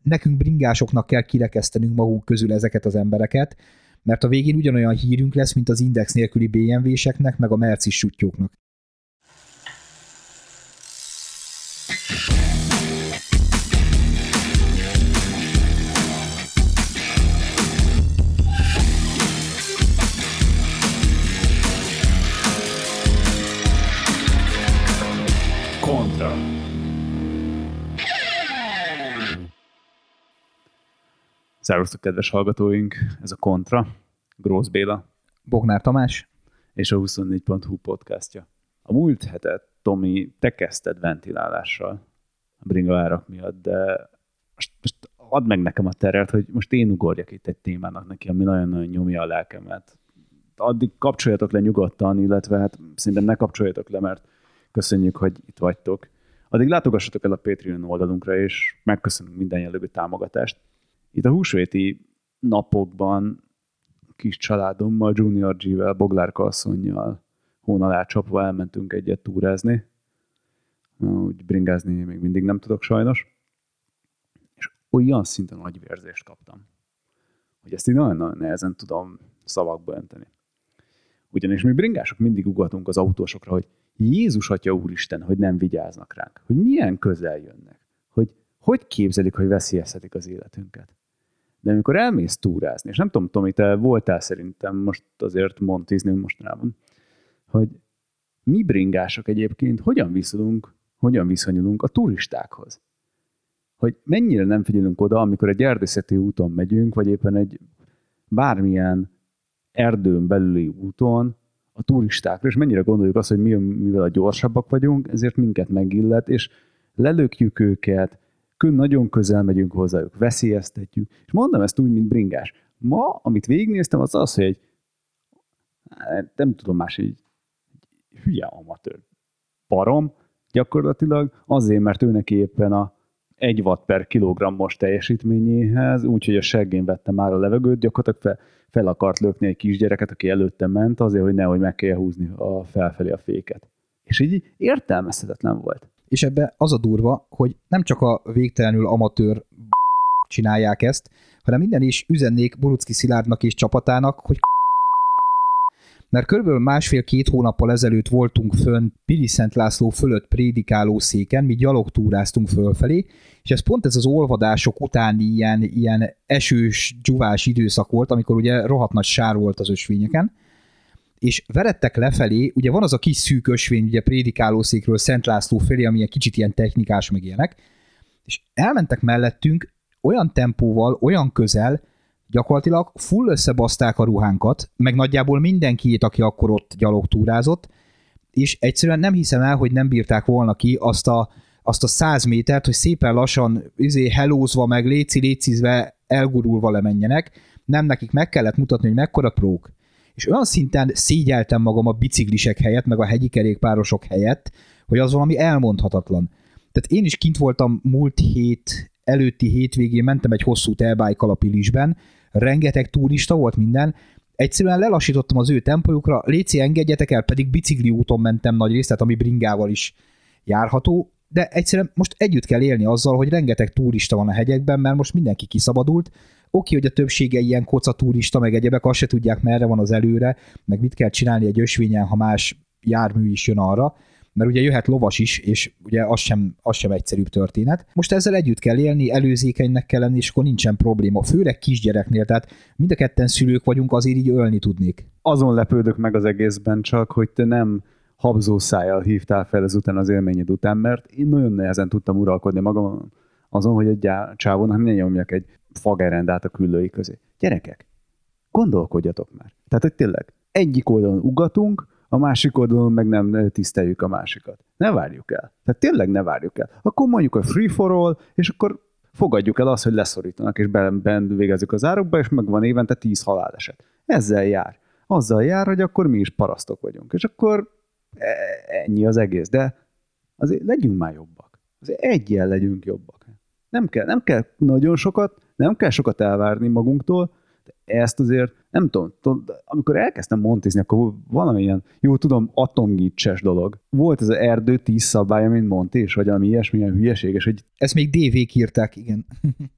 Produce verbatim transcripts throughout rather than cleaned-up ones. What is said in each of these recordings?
nekünk bringásoknak kell kirekesztenünk magunk közül ezeket az embereket, mert a végén ugyanolyan hírünk lesz, mint az index nélküli bé em vé-seknek, meg a Mercis suttyóknak. Kontra. Szervusztok, kedves hallgatóink! Ez a Kontra. Grósz Béla. Bognár Tamás. És a huszonnégy pont hu podcastja. A múlt hetet, Tomi, te kezdted ventilálással a bringa árak miatt, de most, most add meg nekem a terelt, hogy most én ugorjak itt egy témának neki, ami nagyon-nagyon nyomja a lelkemet. Addig kapcsoljatok le nyugodtan, illetve hát szerintem ne kapcsoljatok le, mert köszönjük, hogy itt vagytok. Addig látogassatok el a Patreon oldalunkra, és megköszönünk minden jellegű támogatást. Itt a húsvéti napokban kis családommal, Junior G-vel, Boglárka asszonnyal hón alá csapva elmentünk egyet túrázni. Úgy bringázni még mindig nem tudok sajnos. És olyan szinten nagy vérzést kaptam, hogy ezt így nagyon-nagyon nehezen tudom szavakba önteni. Ugyanis mi bringások mindig ugatunk az autósokra, hogy Jézus Atya Úristen, hogy nem vigyáznak ránk, hogy milyen közel jönnek, hogy hogy képzelik, hogy veszélyeztetik az életünket. De amikor elmész túrázni, és nem tudom, Tomi, te voltál szerintem most azért montizni mostanában, hogy mi bringások egyébként hogyan viszonyulunk, hogyan viszonyulunk a turistákhoz. Hogy mennyire nem figyelünk oda, amikor egy erdészeti úton megyünk, vagy éppen egy bármilyen erdőn belüli úton a turistákra, és mennyire gondoljuk azt, hogy mi, mivel a gyorsabbak vagyunk, ezért minket megillet, és lelökjük őket, nagyon közel megyünk hozzájuk, veszélyeztetjük. És mondom ezt úgy, mint bringás. Ma, amit végignéztem, az az, hogy egy, nem tudom más, egy, egy hülye amatőr parom, gyakorlatilag azért, mert ő neki éppen a egy watt per kilogrammos teljesítményéhez, úgyhogy a seggén vette már a levegőt, gyakorlatilag fel, fel akart lökni egy kisgyereket, aki előtte ment, azért, hogy nehogy meg kell húzni a felfelé a féket. És így értelmezhetetlen volt. És ebbe az a durva, hogy nem csak a végtelenül amatőr csinálják ezt, hanem minden is üzennék Borucki Szilárdnak és csapatának, hogy mert körülbelül másfél-két hónappal ezelőtt voltunk fönn Pilis Szent László fölött prédikáló széken, mi gyalogtúráztunk fölfelé, és ez pont ez az olvadások utáni ilyen, ilyen esős, dzsuvás időszak volt, amikor ugye rohadt nagy sár volt az ösvényeken, és veredtek lefelé, ugye van az a kis szűk ösvény, ugye prédikálószékről Szent László felé, ami egy kicsit ilyen technikás meg ilyenek, és elmentek mellettünk olyan tempóval, olyan közel, gyakorlatilag full összebaszták a ruhánkat, meg nagyjából mindenkiét, aki akkor ott gyalogtúrázott, és egyszerűen nem hiszem el, hogy nem bírták volna ki azt a, azt a száz métert, hogy szépen lassan izé hellózva, meg léci-lécizve, elgurulva lemenjenek, nem nekik meg kellett mutatni, hogy mekkora prók. És olyan szinten szégyeltem magam a biciklisek helyett, meg a hegyi kerékpárosok helyett, hogy az valami elmondhatatlan. Tehát én is kint voltam múlt hét, előtti hétvégén, mentem egy hosszú telbájkkal a Pilisben, rengeteg turista volt minden, egyszerűen lelassítottam az ő tempójukra, léci engedjetek el, pedig bicikli úton mentem nagy részt, tehát ami bringával is járható, de egyszerűen most együtt kell élni azzal, hogy rengeteg turista van a hegyekben, mert most mindenki kiszabadult. Oké, hogy a többsége ilyen koca turista, meg egyebek, azt se tudják, merre van az előre, meg mit kell csinálni egy ösvényen, ha más jármű is jön arra, mert ugye jöhet lovas is, és ugye az sem, az sem egyszerűbb történet. Most ezzel együtt kell élni, előzékenynek kell lenni, és akkor nincsen probléma. Főleg kisgyereknél, tehát mind a ketten szülők vagyunk, azért így ölni tudnék. Azon lepődök meg az egészben csak, hogy te nem habzó szájjal hívtál fel ezután az élményed után, mert én nagyon nehezen tudtam uralkodni magam azon, hogy egy csávónak ne nyomjak egy fagerendát a küllői közé. Gyerekek, gondolkodjatok már. Tehát, hogy tényleg egyik oldalon ugatunk, a másik oldalon meg nem tiszteljük a másikat. Ne várjuk el. Tehát tényleg ne várjuk el. Akkor mondjuk, hogy free for all, és akkor fogadjuk el azt, hogy leszorítanak, és benn végezzük az árokba, és meg van évente tíz haláleset. Ezzel jár. Azzal jár, hogy akkor mi is parasztok vagyunk. És akkor ennyi az egész. De azért legyünk már jobbak. Azért egyen legyünk jobbak. Nem kell, nem kell nagyon sokat, nem kell sokat elvárni magunktól, de ezt azért, nem tudom, tudom amikor elkezdtem montizni, akkor valamilyen, jó tudom, atomgicses dolog. Volt ez az erdő tíz szabálya, mint Monti, és vagy ami ilyesmi, ilyen hülyeséges, hogy... Ezt még dé vék írták, igen.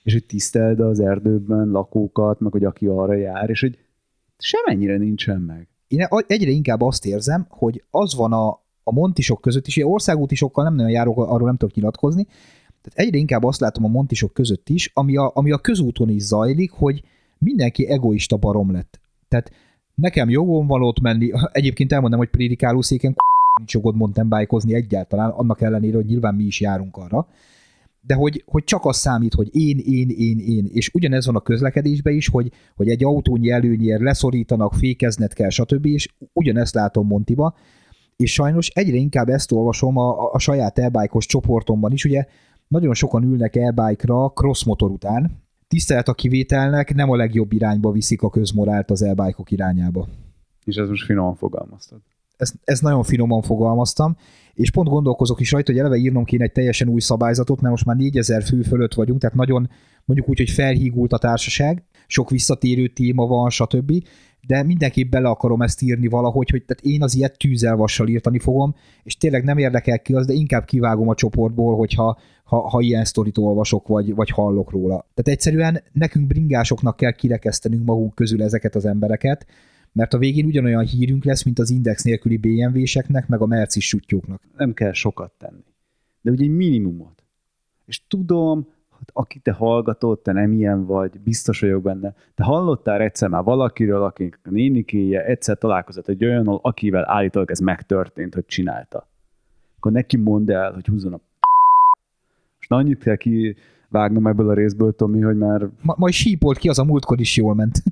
és hogy tiszteld az erdőben lakókat, meg hogy aki arra jár, és hogy semennyire nincsen meg. Én egyre inkább azt érzem, hogy az van a, a montisok között is, ilyen országútisokkal nem nagyon járok, arról nem tudok nyilatkozni, tehát egyre inkább azt látom a montisok között is, ami a, ami a közúton is zajlik, hogy mindenki egoista barom lett. Tehát nekem jogom van ott menni, egyébként elmondom, hogy prédikálószéken nincs jogod mountain bike-ozni egyáltalán, annak ellenére, hogy nyilván mi is járunk arra, de hogy, hogy csak az számít, hogy én, én, én, én, és ugyanez van a közlekedésben is, hogy, hogy egy autónyi előnyért leszorítanak, fékezned kell, stb., és ugyanezt látom Montiba, és sajnos egyre inkább ezt olvasom a, a saját e-bike-os csoportomban is, ugye nagyon sokan ülnek e-bike-ra crossmotor után, tisztelet a kivételnek, nem a legjobb irányba viszik a közmorált az e-bike-ok irányába. És ez most finoman fogalmaztad. Ezt, ezt nagyon finoman fogalmaztam, és pont gondolkozok is rajta, hogy eleve írnom kéne egy teljesen új szabályzatot, mert most már négyezer fő fölött vagyunk, tehát nagyon, mondjuk úgy, hogy felhígult a társaság, sok visszatérő téma van, stb., de mindenképp bele akarom ezt írni valahogy, hogy tehát én az ilyet tűzelvassal írtani fogom, és tényleg nem érdekel ki az, de inkább kivágom a csoportból, hogyha ha, ha ilyen sztorit olvasok, vagy, vagy hallok róla. Tehát egyszerűen nekünk bringásoknak kell kirekesztenünk magunk közül ezeket az embereket, mert a végén ugyanolyan hírünk lesz, mint az index nélküli bé em vé-seknek, meg a Mercis sutyóknak. Nem kell sokat tenni, de ugye egy minimumot. És tudom, aki te hallgatod, te nem ilyen vagy, biztos vagyok benne. Te hallottál egyszer már valakiről, akinek a nénikéje egyszer találkozott egy olyannal, akivel állítólag ez megtörtént, hogy csinálta. Akkor neki mondd el, hogy húzzon a most annyit kell kivágnom ebből a részből, Tomi, hogy már... Ma, majd sípolt ki, az a múltkor is jól ment.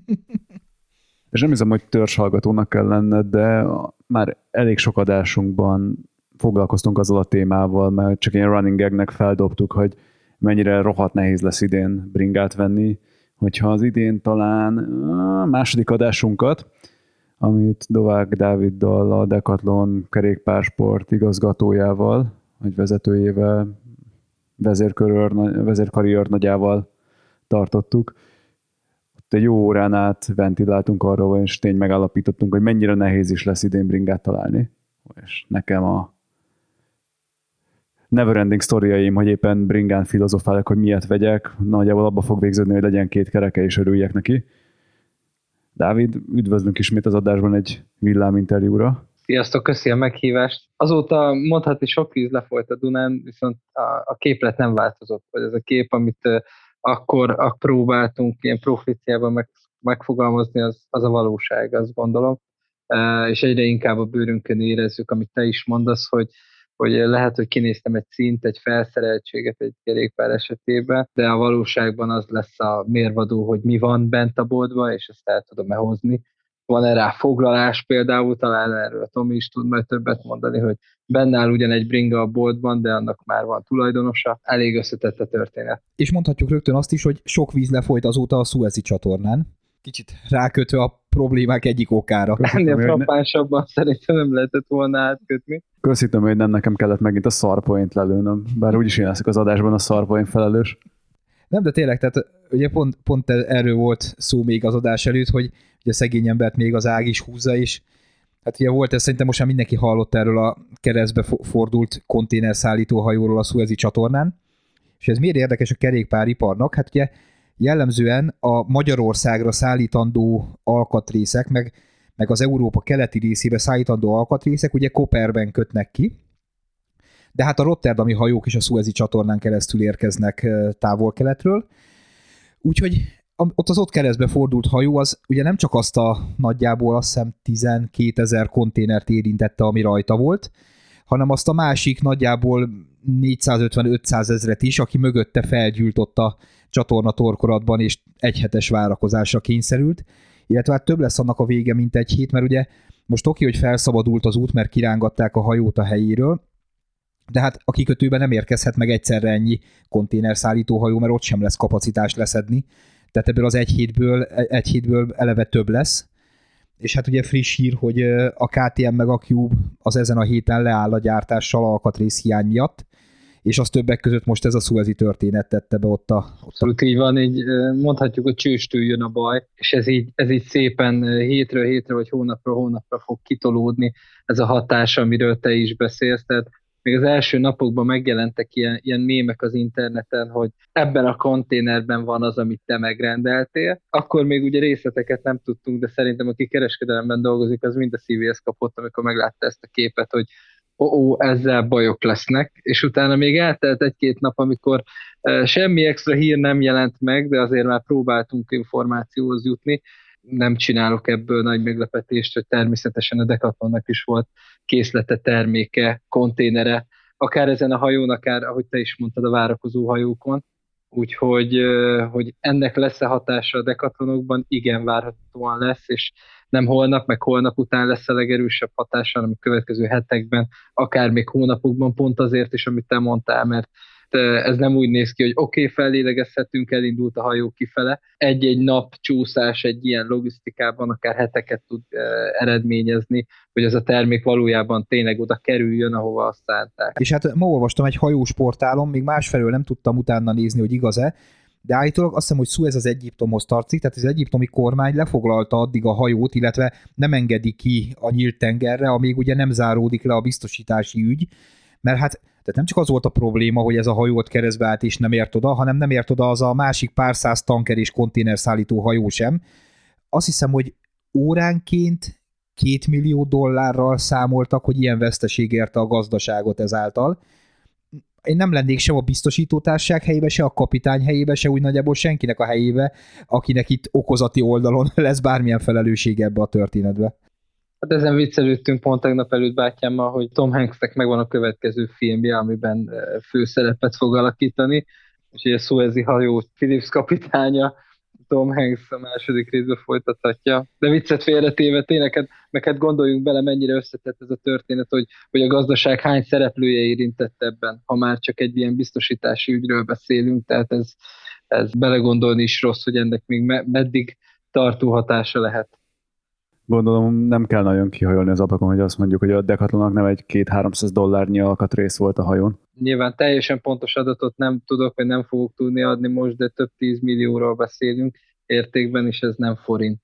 És nem hiszem, hogy törzshallgatónak kell lenned, de már elég sok adásunkban foglalkoztunk azzal a témával, mert csak ilyen running gagnek feldobtuk, hogy mennyire rohadt nehéz lesz idén bringát venni, hogyha az idén talán a második adásunkat, amit Dovák Dáviddal, a Decathlon kerékpársport igazgatójával, vagy vezetőjével, vezérkörőr, vezérkarrier nagyával tartottuk. Ott egy jó órán át ventiláltunk arról, és tény megállapítottunk, hogy mennyire nehéz is lesz idén bringát találni. És nekem a neverending sztoriaim, hogy éppen bringán filozofálok, hogy miért vegyek, nagyjából abba fog végződni, hogy legyen két kereke, és örüljek neki. Dávid, üdvözlünk ismét az adásban egy villáminterjúra. Sziasztok, köszi a meghívást. Azóta mondhatni sok víz lefolyt a Dunán, viszont a, a képlet nem változott, vagy ez a kép, amit uh, akkor, akkor próbáltunk ilyen proféciában meg, megfogalmazni, az, az a valóság, azt gondolom. Uh, és egyre inkább a bőrünkön érezzük, amit te is mondasz, hogy hogy lehet, hogy kinéztem egy szint, egy felszereltséget egy kerékpár esetében, de a valóságban az lesz a mérvadó, hogy mi van bent a boltban, és ezt el tudom-e hozni. Van-e rá foglalás például, talán erről a Tomi is tud majd többet mondani, hogy benne áll ugyan egy bringa a boltban, de annak már van tulajdonosa. Elég összetett a történet. És mondhatjuk rögtön azt is, hogy sok víz lefolyt azóta a Szuezi csatornán. Kicsit rákötve a problémák egyik okára. Ennél frappánsabban szerintem nem lehetett volna átkötni. Köszítem, hogy nem nekem kellett megint a szarpoint lelőnöm, bár úgyis én leszek az adásban a szarpoint felelős. Nem, de tényleg, tehát ugye pont, pont erről volt szó még az adás előtt, hogy ugye szegény embert még az ág is húzza, és hát ugye volt ez, szerintem most már mindenki hallott erről a keresztbe fordult konténerszállító hajóról a Szuezi csatornán, és ez miért érdekes a kerékpáriparnak? Hát ugye jellemzően a Magyarországra szállítandó alkatrészek, meg, meg az Európa keleti részébe szállítandó alkatrészek ugye Koperben kötnek ki, de hát a rotterdami hajók is a Szuezi csatornán keresztül érkeznek távol-keletről. Úgyhogy ott az ott keresztbe fordult hajó, az ugye nem csak azt a nagyjából azt hiszem tizenkétezer konténert érintette, ami rajta volt, hanem azt a másik nagyjából négyszázötven-ötszáz ezret is, aki mögötte felgyűlt ott a csatorna torkolatban, és egyhetes várakozásra kényszerült, illetve hát több lesz annak a vége, mint egy hét, mert ugye most oké, hogy felszabadult az út, mert kirángatták a hajót a helyéről, de hát a kikötőben nem érkezhet meg egyszerre ennyi konténerszállító hajó, mert ott sem lesz kapacitás leszedni, tehát ebből az egy hétből, egy hétből eleve több lesz, és hát ugye friss hír, hogy a ká té em meg a Cube az ezen a héten leáll a gyártással alkatrész hiány miatt, és az többek között most ez a Szuezi történet tette be ott a... Ott Abszolút így van, így mondhatjuk, hogy csőstől jön a baj, és ez így, ez így szépen hétről hétre, vagy hónapról hónapra fog kitolódni ez a hatás, amiről te is beszélsz, tehát még az első napokban megjelentek ilyen, ilyen mémek az interneten, hogy ebben a konténerben van az, amit te megrendeltél. Akkor még ugye részleteket nem tudtunk, de szerintem aki kereskedelemben dolgozik, az mind a szívéhez kapott, amikor meglátta ezt a képet, hogy ó, ó, ezzel bajok lesznek, és utána még eltelt egy-két nap, amikor e, semmi extra hír nem jelent meg, de azért már próbáltunk információhoz jutni. Nem csinálok ebből nagy meglepetést, hogy természetesen a Decathlonnak is volt készlete, terméke, konténere, akár ezen a hajón, akár, ahogy te is mondtad, a várakozó hajókon. Úgyhogy hogy ennek lesz-e hatása a Decathlonokban, igen, várhatóan lesz, és nem holnap, meg holnap után lesz a legerősebb hatása, hanem a következő hetekben, akár még hónapokban, pont azért is, amit te mondtál, mert ez nem úgy néz ki, hogy oké, okay, fellélegezhetünk, elindult a hajó kifele. Egy-egy nap csúszás egy ilyen logisztikában akár heteket tud eredményezni, hogy ez a termék valójában tényleg oda kerüljön, ahova azt szánták. És hát ma olvastam egy hajós portálon, még másfelől nem tudtam utána nézni, hogy igaz-e, de állítólag azt hiszem, hogy Suez az Egyiptomhoz tartozik, tehát az egyiptomi kormány lefoglalta addig a hajót, illetve nem engedi ki a nyílt tengerre, amíg ugye nem záródik le a biztosítási ügy, mert hát tehát nem csak az volt a probléma, hogy ez a hajó ott keresztbe állt és nem ért oda, hanem nem ért oda az a másik pár száz tanker és konténerszállító hajó sem. Azt hiszem, hogy óránként két millió dollárral számoltak, hogy ilyen veszteség érte a gazdaságot ezáltal. Én nem lennék sem a biztosítótárság helyébe, se a kapitány helyébe, se úgy nagyjából senkinek a helyébe, akinek itt okozati oldalon lesz bármilyen felelőssége ebbe a történetbe. Hát ezen viccelődtünk pont tegnap előtt bátyámmal, hogy Tom Hanksnek megvan a következő filmje, amiben főszerepet fog alakítani, és a Suezi hajó Phillips kapitánya, Tom Hanks a második részben folytathatja. De viccet félretéve tényleg, hát, meg hát gondoljunk bele, mennyire összetett ez a történet, hogy, hogy a gazdaság hány szereplője érintett ebben, ha már csak egy ilyen biztosítási ügyről beszélünk, tehát ez, ez belegondolni is rossz, hogy ennek még meddig tartó hatása lehet. Gondolom nem kell nagyon kihajolni az ablakon, hogy azt mondjuk, hogy a Decathlonnak nem egy két-háromszáz dollárnyi alkatrész volt a hajón. Nyilván teljesen pontos adatot nem tudok, vagy nem fogok tudni adni most, de több tízmillióról beszélünk értékben, és ez nem forint.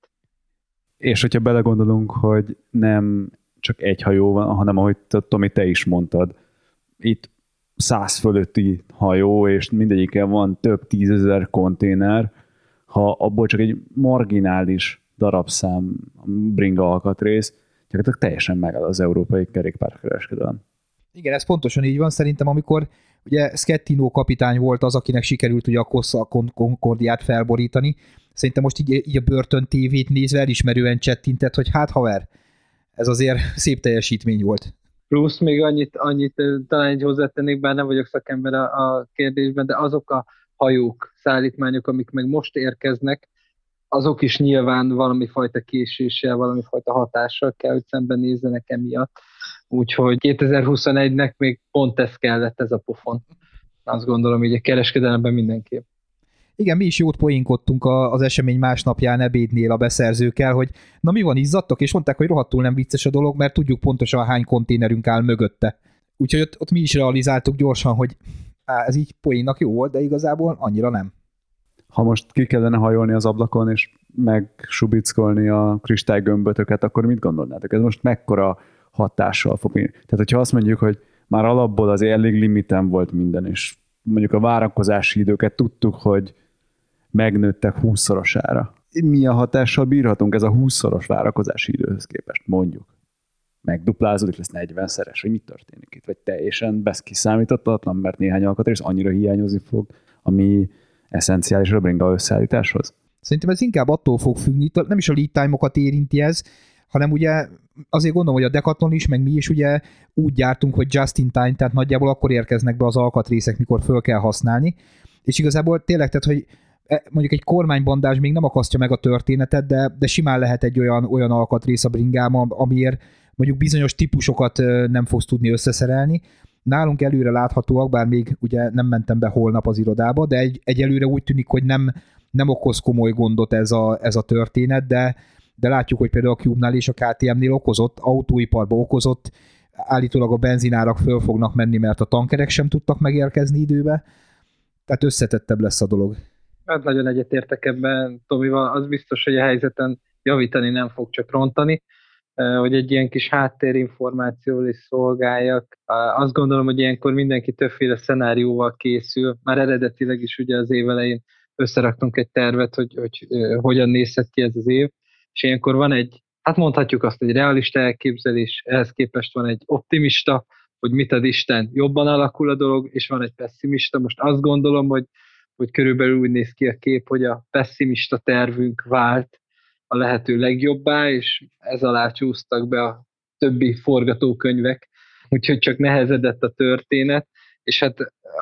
És hogyha belegondolunk, hogy nem csak egy hajó van, hanem ahogy Tomi, te is mondtad, itt száz fölötti hajó, és mindegyiken van több tízezer konténer, ha abból csak egy marginális darabszám bringa alkatrész, gyakorlatilag teljesen megáll az európai kerékpárkereskedelem. Igen, ez pontosan így van. Szerintem, amikor ugye Schettino kapitány volt az, akinek sikerült ugye a Costa Concordiát felborítani, szerintem most így, így a börtön tévét nézve elismerően csettintett, hogy hát haver, ez azért szép teljesítmény volt. Plusz még annyit, annyit talán így hozzátennék, bár nem vagyok szakember a, a kérdésben, de azok a hajók, szállítmányok, amik meg most érkeznek, azok is nyilván valami fajta késéssel, valami fajta hatással kell, hogy szembenézzenek emiatt. Úgyhogy kétezer-huszonegynek még pont ez kellett, ez a pofon. Azt gondolom, hogy a kereskedelemben mindenképp. Igen, mi is jót poénkodtunk az esemény másnapján ebédnél a beszerzőkkel, hogy na mi van, izzadtok? És mondták, hogy rohadtul nem vicces a dolog, mert tudjuk pontosan hány konténerünk áll mögötte. Úgyhogy ott, ott mi is realizáltuk gyorsan, hogy á, ez így poénnak jó volt, de igazából annyira nem. Ha most ki kellene hajolni az ablakon, és megsubickolni a kristálygömbötöket, akkor mit gondolnátok? Ez most mekkora hatással fog érni? Tehát, hogyha azt mondjuk, hogy már alapból azért elég limiten volt minden, és mondjuk a várakozási időket tudtuk, hogy megnőttek húszszorosára. Mi a hatással bírhatunk ez a húszszoros várakozási időhöz képest, mondjuk? Megduplázódik, lesz negyvenszeres, hogy mi történik itt? Vagy teljesen kiszámíthatatlan, mert néhány alkatrész annyira hiányozni fog, ami eszenciális a bringa összeállításhoz? Szerintem ez inkább attól fog függni, nem is a lead time-okat érinti ez, hanem ugye azért gondolom, hogy a Decathlon is, meg mi is ugye úgy gyártunk, hogy just in time, tehát nagyjából akkor érkeznek be az alkatrészek, mikor föl kell használni, és igazából tényleg, tehát, hogy mondjuk egy kormánybandázs még nem akasztja meg a történetet, de, de simán lehet egy olyan, olyan alkatrész a bringában, amiért mondjuk bizonyos típusokat nem fogsz tudni összeszerelni. Nálunk előre láthatóak, bár még ugye nem mentem be holnap az irodába, de egy, egyelőre úgy tűnik, hogy nem, nem okoz komoly gondot ez a, ez a történet, de, de látjuk, hogy például a Cube-nál és a ká té em-nél okozott, autóiparba okozott, állítólag a benzinárak föl fognak menni, mert a tankerek sem tudtak megérkezni időbe, tehát összetettebb lesz a dolog. Hát nagyon egyetértek ebben Tomival, az biztos, hogy a helyzeten javítani nem fog, csak rontani. hogy egy ilyen kis háttérinformációval is szolgáljak. Azt gondolom, hogy ilyenkor mindenki többféle szenárióval készül. Már eredetileg is ugye az év elején összeraktunk egy tervet, hogy, hogy hogyan nézhet ki ez az év, és ilyenkor van egy, hát mondhatjuk azt, hogy realista elképzelés, ehhez képest van egy optimista, hogy mit ad Isten, jobban alakul a dolog, és van egy pessimista. Most azt gondolom, hogy, hogy körülbelül úgy néz ki a kép, hogy a pessimista tervünk vált a lehető legjobbá, és ez alá csúsztak be a többi forgatókönyvek, úgyhogy csak nehezedett a történet, és hát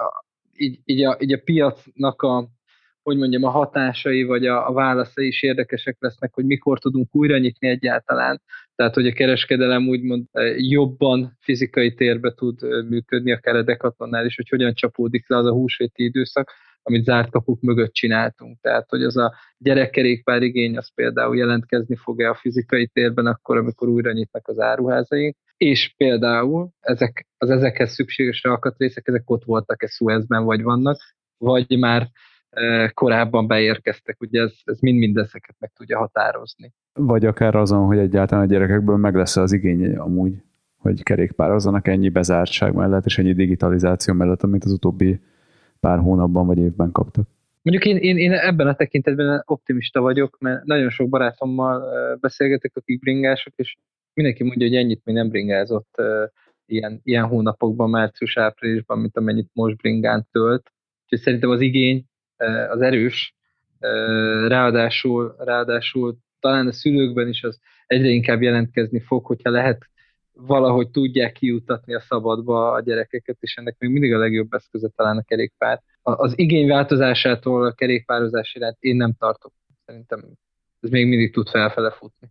így, így, a, így a piacnak a, hogy mondjam, a hatásai vagy a, a válaszai is érdekesek lesznek, hogy mikor tudunk újra nyitni egyáltalán, tehát hogy a kereskedelem úgymond jobban fizikai térbe tud működni, akár a Decathlonnál is, hogy hogyan csapódik le az a húsvéti időszak, amit zárt kapuk mögött csináltunk. Tehát, hogy az a gyerekkerékpár igény, az például jelentkezni fog-e a fizikai térben akkor, amikor újra nyitnak az áruházaink, és például ezek, az ezekhez szükséges alkatrészek, ezek ott voltak-e Suezben, vagy vannak, vagy már e, korábban beérkeztek, ugye ez, ez mind-mind ezeket meg tudja határozni. Vagy akár azon, hogy egyáltalán a gyerekekből meg lesz az igény amúgy, hogy kerékpározzanak ennyi bezártság mellett, és ennyi digitalizáció mellett, amit az utóbbi pár hónapban vagy évben kaptak. Mondjuk én, én, én ebben a tekintetben optimista vagyok, mert nagyon sok barátommal beszélgetek, akik bringások, és mindenki mondja, hogy ennyit még nem bringázott uh, ilyen, ilyen hónapokban, március-áprilisban, mint amennyit most bringán tölt. Úgyhogy szerintem az igény uh, az erős, uh, ráadásul, ráadásul talán a szülőkben is az egyre inkább jelentkezni fog, hogyha lehet valahogy tudják kijutatni a szabadba a gyerekeket, és ennek még mindig a legjobb eszköze talán a kerékpár. Az igény változásától a kerékpározás iránt én nem tartok. Szerintem ez még mindig tud felfele futni.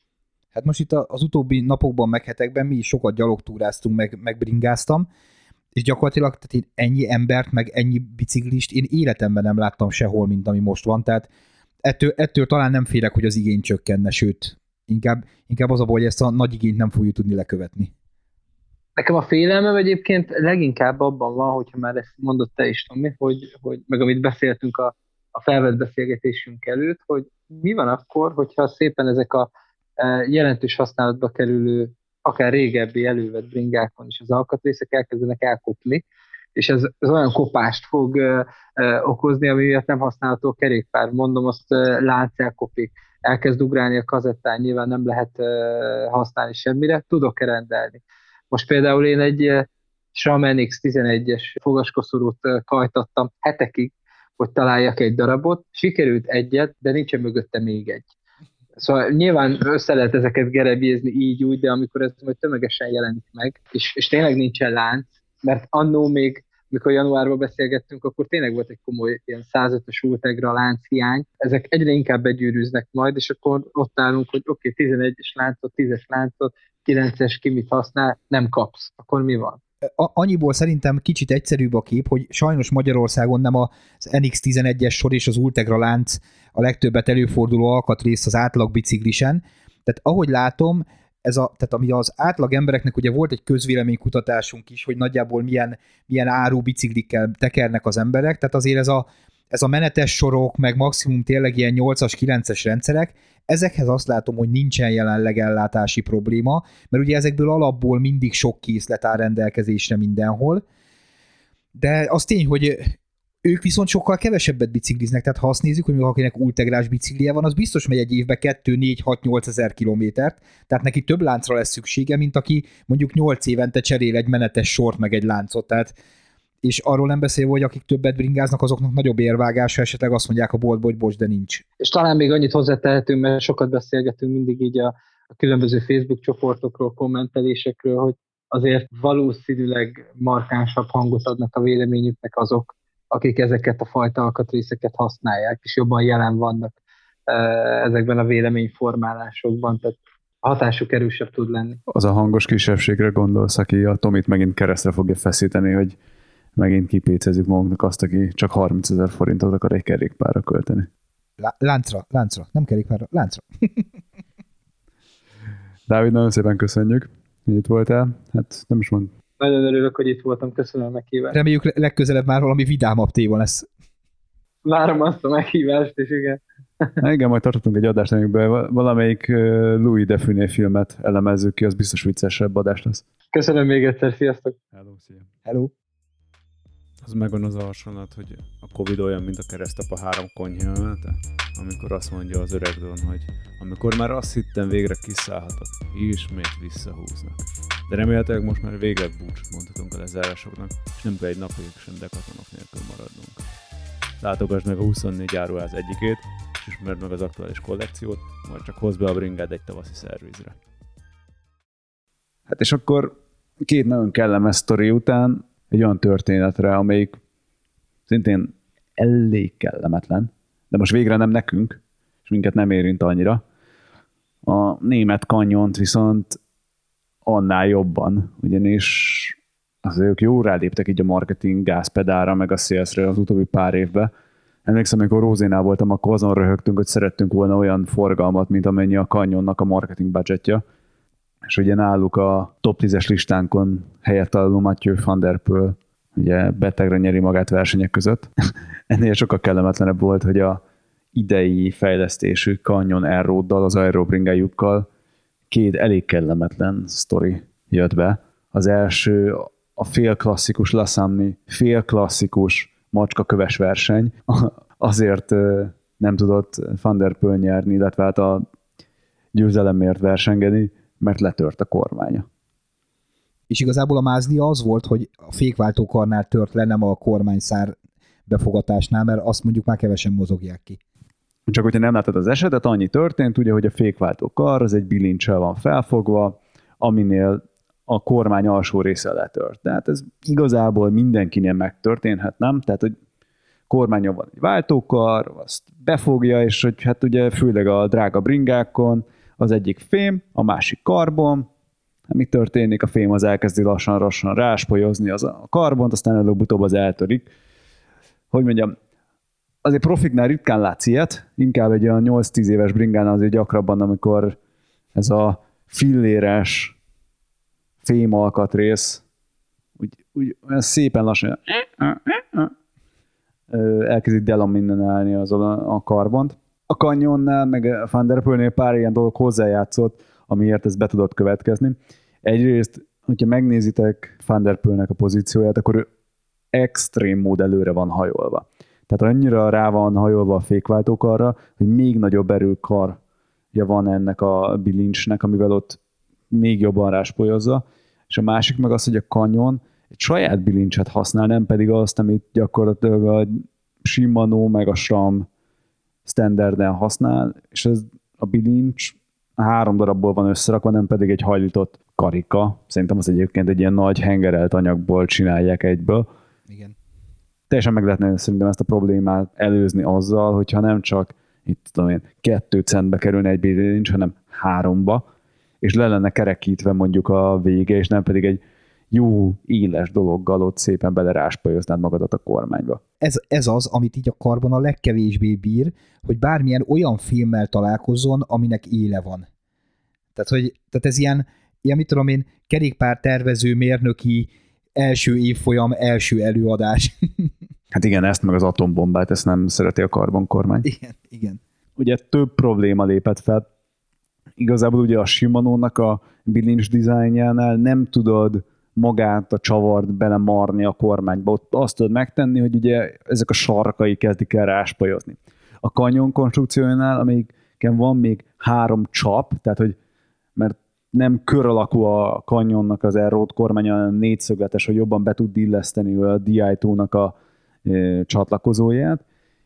Hát most itt az utóbbi napokban, meg hetekben mi is sokat gyalogtúráztunk, meg, meg bringáztam, és gyakorlatilag tehát én ennyi embert, meg ennyi biciklist én életemben nem láttam sehol, mint ami most van, tehát ettől, ettől talán nem félek, hogy az igény csökkenne, sőt, inkább, inkább az a baj, hogy ezt a nagy igényt nem fogjuk tudni lekövetni. Nekem a félelmem egyébként leginkább abban van, hogyha már ezt mondott te is, Tomi, hogy, hogy meg amit beszéltünk a, a felvett beszélgetésünk előtt, hogy mi van akkor, hogyha szépen ezek a jelentős használatba kerülő, akár régebbi elővett bringákon is az alkatrészek elkezdenek elkopni, és ez, ez olyan kopást fog uh, uh, okozni, ami miatt nem használható a kerékpár. Mondom, azt uh, lánc elkopik, elkezd ugrálni a kazettán, nyilván nem lehet uh, használni semmire, tudok-e rendelni. Most például én egy uh, SRAM en iksz tizenegyes fogaskoszorút uh, kajtattam hetekig, hogy találjak egy darabot, sikerült egyet, de nincsen mögötte még egy. Szóval nyilván össze lehet ezeket gerebjézni így úgy, de amikor ez majd tömegesen jelenik meg, és, és tényleg nincsen lánc, mert annó még, mikor januárban beszélgettünk, akkor tényleg volt egy komoly ilyen százötös Ultegra lánchiány. Ezek egyre inkább begyűrűznek majd, és akkor ott állunk, hogy oké, okay, tizenegyes láncot, tízes láncot, kilences ki mit használ, nem kapsz. Akkor mi van? Annyiból szerintem kicsit egyszerűbb a kép, hogy sajnos Magyarországon nem az en iksz tizenegyes sor és az Ultegra lánc a legtöbbet előforduló alkatrész az átlag biciklisen. Tehát ahogy látom, ez a, tehát ami az átlag embereknek ugye volt egy közvéleménykutatásunk is, hogy nagyjából milyen, milyen áru biciklikkel tekernek az emberek, tehát azért ez a, ez a menetes sorok, meg maximum tényleg ilyen nyolcas, kilences rendszerek, ezekhez azt látom, hogy nincsen jelenleg ellátási probléma, mert ugye ezekből alapból mindig sok készlet áll rendelkezésre mindenhol, de az tény, hogy ők viszont sokkal kevesebbet bicikliznek, tehát ha azt nézzük, hogy akinek ultegrás biciklije van, az biztos megy egy évbe kettő, négy, hat, nyolc ezer kilométert, tehát neki több láncra lesz szüksége, mint aki mondjuk nyolc évente cserél egy menetes sort, meg egy láncot, tehát és arról nem beszélve, hogy akik többet bringáznak, azoknak nagyobb érvágása, esetleg azt mondják a boltból, hogy bocs, de nincs. És talán még annyit hozzátehetünk, mert sokat beszélgetünk mindig így a, a különböző Facebook csoportokról, kommentelésekről, hogy azért valószínűleg markánsabb hangot adnak a véleményüknek azok, akik ezeket a fajta alkatrészeket használják, és jobban jelen vannak ezekben a véleményformálásokban, tehát a hatásuk erősebb tud lenni. Az a hangos kisebbségre gondolsz, aki a Tomit megint keresztre fogja feszíteni, hogy megint kipécezzük magunknak azt, aki csak harmincezer forintot akar egy kerékpárra költeni. Láncra, láncra, nem kerékpárra, láncra. Dávid, nagyon szépen köszönjük, hogy itt voltál. Hát nem is mond. Nagyon örülök, hogy itt voltam, köszönöm a meghívást. Reméljük legközelebb már valami vidámabb téma lesz. Várom azt a meghívást, és igen. Igen, majd tartottunk egy adást, amikben valamelyik Louis de Funès filmet elemezzük ki, az biztos viccesebb adás lesz. Köszönöm még egyszer, sziasztok! Hello, szia! Hello! Az megvan az a hasonlat, hogy a Covid olyan, mint a keresztapa három konyhaemelete, amikor azt mondja az öreg Don, hogy amikor már azt hittem, végre kiszállhatok, ismét visszahúznak. De remélhetőleg most már végre búcsút mondhatunk a lezárásoknak, és nem kell egy napig sem dekatonok nélkül maradnunk. Látogass meg a huszonnégy áruház egyikét, és ismerd meg az aktuális kollekciót, majd csak hozd be a bringád egy tavaszi szervizre. Hát és akkor két nagyon kellemes sztori után egy olyan történetre, amelyik szintén elég kellemetlen, de most végre nem nekünk, és minket nem érint annyira. A német kanyont viszont annál jobban, ugyanis azért ők jó ráléptek így a marketing gázpedára, meg a salesre az utóbbi pár évben. Emlékszem, amikor Rózénál voltam, akkor azon röhögtünk, hogy szerettünk volna olyan forgalmat, mint amennyi a Canyonnak a marketing budgetja. És ugye náluk a top tízes listánkon helyett találó Mathieu van der Poel ugye betegre nyeri magát versenyek között. Ennél sokkal kellemetlenebb volt, hogy a idei fejlesztésű Canyon Aero-ddal, az aerobringájukkal két elég kellemetlen sztori jött be. Az első a fél klasszikus Lassamni, fél klasszikus macskaköves verseny. Azért nem tudott Van der Poel nyerni, illetve hát a győzelemért versengeni, mert letört a kormánya. És igazából a mázlia az volt, hogy a fékváltókarnál tört le, nem a kormányszár befogatásnál, mert azt mondjuk már kevesen mozogják ki. Csak hogyha nem láttad az esetet, annyi történt, ugye, hogy a fékváltókar az egy bilincsel van felfogva, aminél a kormány alsó része letört. Tehát ez igazából mindenkinél megtörténhet, nem? Tehát, hogy kormányon van egy váltókar, azt befogja, és hogy hát ugye főleg a drága bringákon az egyik fém, a másik karbon. Mi történik? A fém az elkezdi lassan-lassan ráspolyozni az a karbont, aztán előbb-utóbb az eltörik. Hogy mondjam, azért profiknál ritkán látsz ilyet, inkább egy olyan nyolc-tíz éves bringánál azért gyakrabban, amikor ez a filléres fém alkatrész úgy, úgy olyan szépen lassan elkezdik delaminálni az a karbont. A Canyonnál, meg a Van der Poelnél pár ilyen dolog hozzájátszott, amiért ez be tudott következni. Egyrészt, hogyha megnézitek Van der Poelnek a pozícióját, akkor ő extrém mód előre van hajolva. Tehát annyira rá van hajolva a fékváltókarra, hogy még nagyobb erőkarja van ennek a bilincsnek, amivel ott még jobban ráspolyozza. És a másik meg az, hogy a Canyon egy saját bilincset használ, nem pedig azt, amit gyakorlatilag a Shimano meg a SRAM standarden használ, és ez a bilincs három darabból van összerakva, nem pedig egy hajlított karika. Szerintem az egyébként egy ilyen nagy hengerelt anyagból csinálják egyből. Igen. Teljesen meg lehetne szerintem ezt a problémát előzni azzal, hogyha nem csak itt tudom én, kettő centbe kerülne egy bilincs, hanem háromba, és le lenne kerekítve mondjuk a vége, és nem pedig egy jó, éles dologgal ott szépen beleráspolyoznád magadat a kormányba. Ez, ez az, amit így a karbon a legkevésbé bír, hogy bármilyen olyan filmmel találkozzon, aminek éle van. Tehát, hogy, tehát ez ilyen, ilyen, mit tudom én, kerékpár tervező, mérnöki, első évfolyam, első előadás. Hát igen, ezt meg az atombombát, ezt nem szereti a karbonkormány. Igen, igen. Ugye több probléma lépett fel. Igazából ugye a Shimano-nak a bilincs dizájnjánál nem tudod magát, a csavart belemarni a kormányba. Ott azt tudod megtenni, hogy ugye ezek a sarkai kezdik el ráspolyozni. A Canyon konstrukciójánál, amelyiken van még három csap, tehát hogy mert nem kör alakú a Canyonnak az Aero-t kormánya, hanem négyszögletes, hogy jobban be tud illeszteni a D I kettőnek a e, csatlakozóját.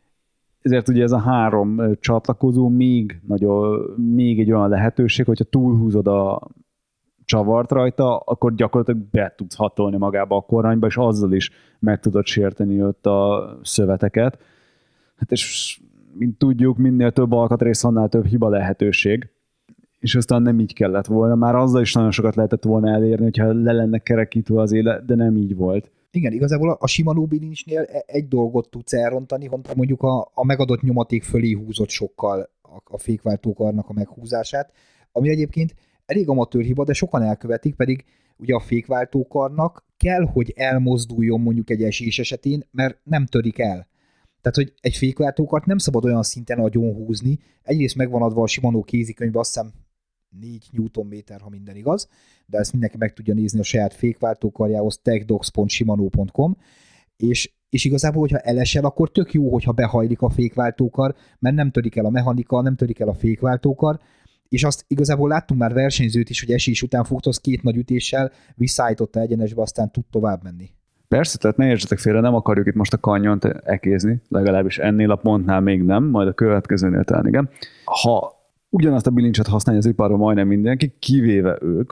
Ezért ugye ez a három csatlakozó még, nagyon, még egy olyan lehetőség, hogyha túlhúzod a csavart rajta, akkor gyakorlatilag be tudsz hatolni magába a kormányba, és azzal is meg tudod sérteni ott a szöveteket. Hát és mint tudjuk, minél több alkatrész, annál több hiba lehetőség. És aztán nem így kellett volna. Már azzal is nagyon sokat lehetett volna elérni, hogyha le lenne kerekítve az élet, de nem így volt. Igen, igazából a Shimano bilincsnél egy dolgot tudsz elrontani, mondjuk a, a megadott nyomaték fölé húzott sokkal a, a fékváltókarnak a meghúzását, ami egyébként elég amatőr hiba, de sokan elkövetik, pedig ugye a fékváltókarnak kell, hogy elmozduljon mondjuk egy esés esetén, mert nem törik el. Tehát, hogy egy fékváltókart nem szabad olyan szinten agyon húzni. Egyrészt megvan adva a Shimano kézikönyvben, azt hiszem négy newtonméter, ha minden igaz, de ezt mindenki meg tudja nézni a saját fékváltókarjához, techdocs pont shimano pont com, és, és igazából, hogyha elesel, akkor tök jó, hogyha behajlik a fékváltókar, mert nem törik el a mechanika, nem törik el a fékváltókar, és azt igazából láttunk már versenyzőt is, hogy esés után futott két nagy ütéssel, visszaállította egyenesbe, aztán tud tovább menni. Persze, tehát ne értsetek félre, nem akarjuk itt most a kanyont ekézni, legalábbis ennél a pontnál még nem, majd a következőnél talán igen. Ha ugyanazt a bilincset használja az iparban majdnem mindenki, kivéve ők,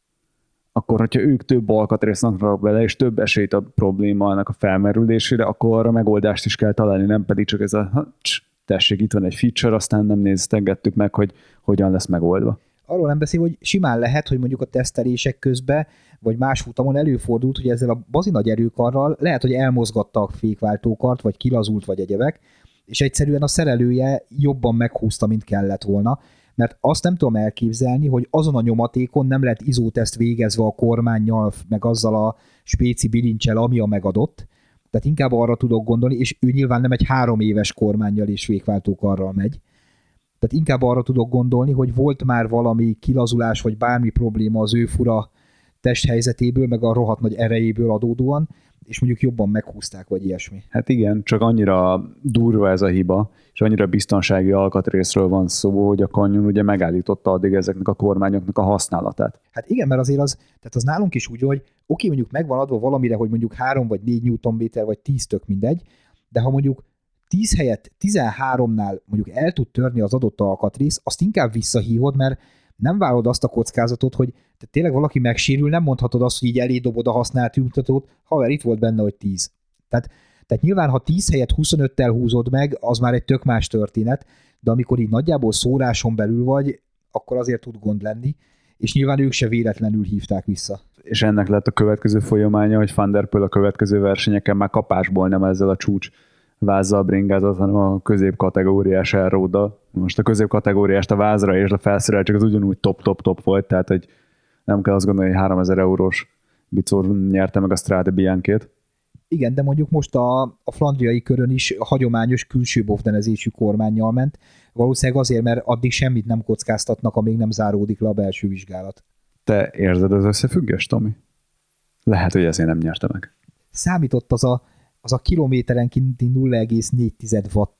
akkor, hogyha ők több alkatrészt raknak bele, és több esélyt a problémának a felmerülésére, akkor arra megoldást is kell találni, nem pedig csak ez a ha, cs, tessék, itt van egy feature, aztán nem néztegettük meg, hogy hogyan lesz megoldva. Arról nem beszél, hogy simán lehet, hogy mondjuk a tesztelések közben, vagy más futamon előfordult, hogy ezzel a bazi nagy erőkarral lehet, hogy elmozgatta a fékváltókart, vagy kilazult, vagy egyebek, és egyszerűen a szerelője jobban meghúzta, mint kellett volna, mert azt nem tudom elképzelni, hogy azon a nyomatékon nem lett izóteszt végezve a kormánnyal, meg azzal a spéci bilincsel, ami a megadott. Tehát inkább arra tudok gondolni, és ő nyilván nem egy három éves kormánnyal és fékváltókarral megy. Tehát inkább arra tudok gondolni, hogy volt már valami kilazulás, vagy bármi probléma az ő fura testhelyzetéből, meg a rohadt nagy erejéből adódóan, és mondjuk jobban meghúzták, vagy ilyesmi. Hát igen, csak annyira durva ez a hiba, és annyira biztonsági alkatrészről van szó, hogy a Canyon ugye megállította addig ezeknek a kormányoknak a használatát. Hát igen, mert azért az, tehát az nálunk is úgy, hogy oké, mondjuk megvan adva valamire, hogy mondjuk három vagy négy newtonméter, vagy tíz, tök mindegy, de ha mondjuk tíz helyett tizenháromnál mondjuk el tud törni az adott alkatrész, azt inkább visszahívod, mert nem vállalod azt a kockázatot, hogy te tényleg valaki megsérül, nem mondhatod azt, hogy így elé dobod a használt juttatót, haver, itt volt benne, hogy tíz. Tehát, tehát nyilván, ha tíz helyett huszonöttel húzod meg, az már egy tök más történet, de amikor így nagyjából szóráson belül vagy, akkor azért tud gond lenni, és nyilván ők se véletlenül hívták vissza. És ennek lett a következő folyamánya, hogy Van der Poel a következő versenyeken már kapásból nem ezzel a csúcs vázzal bringázott, hanem a középkategóriás elróddal. Most a középkategóriást a vázra és a felszereltség az ugyanúgy top-top-top volt, tehát hogy nem kell azt gondolni, hogy háromezer eurós bicor nyerte meg a Strade Bianchét. Igen, de mondjuk most a, a flandriai körön is hagyományos külső bovdenezésű kormánnyal ment. Valószínűleg azért, mert addig semmit nem kockáztatnak, amíg nem záródik le a belső vizsgálat. Te érzed az összefüggést, Tomi? Lehet, hogy ezért nem nyerte meg. Számított az a, az a kilométerenkénti nulla egész négy watt.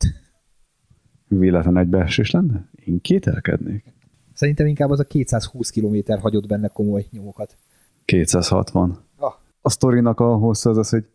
Véletlen egy beesés lenne? Én kételkednék. Szerintem inkább az a kétszázhúsz kilométer hagyott benne komoly nyomokat. kétszázhatvan. Ah. A sztorinak a hossza az az, hogy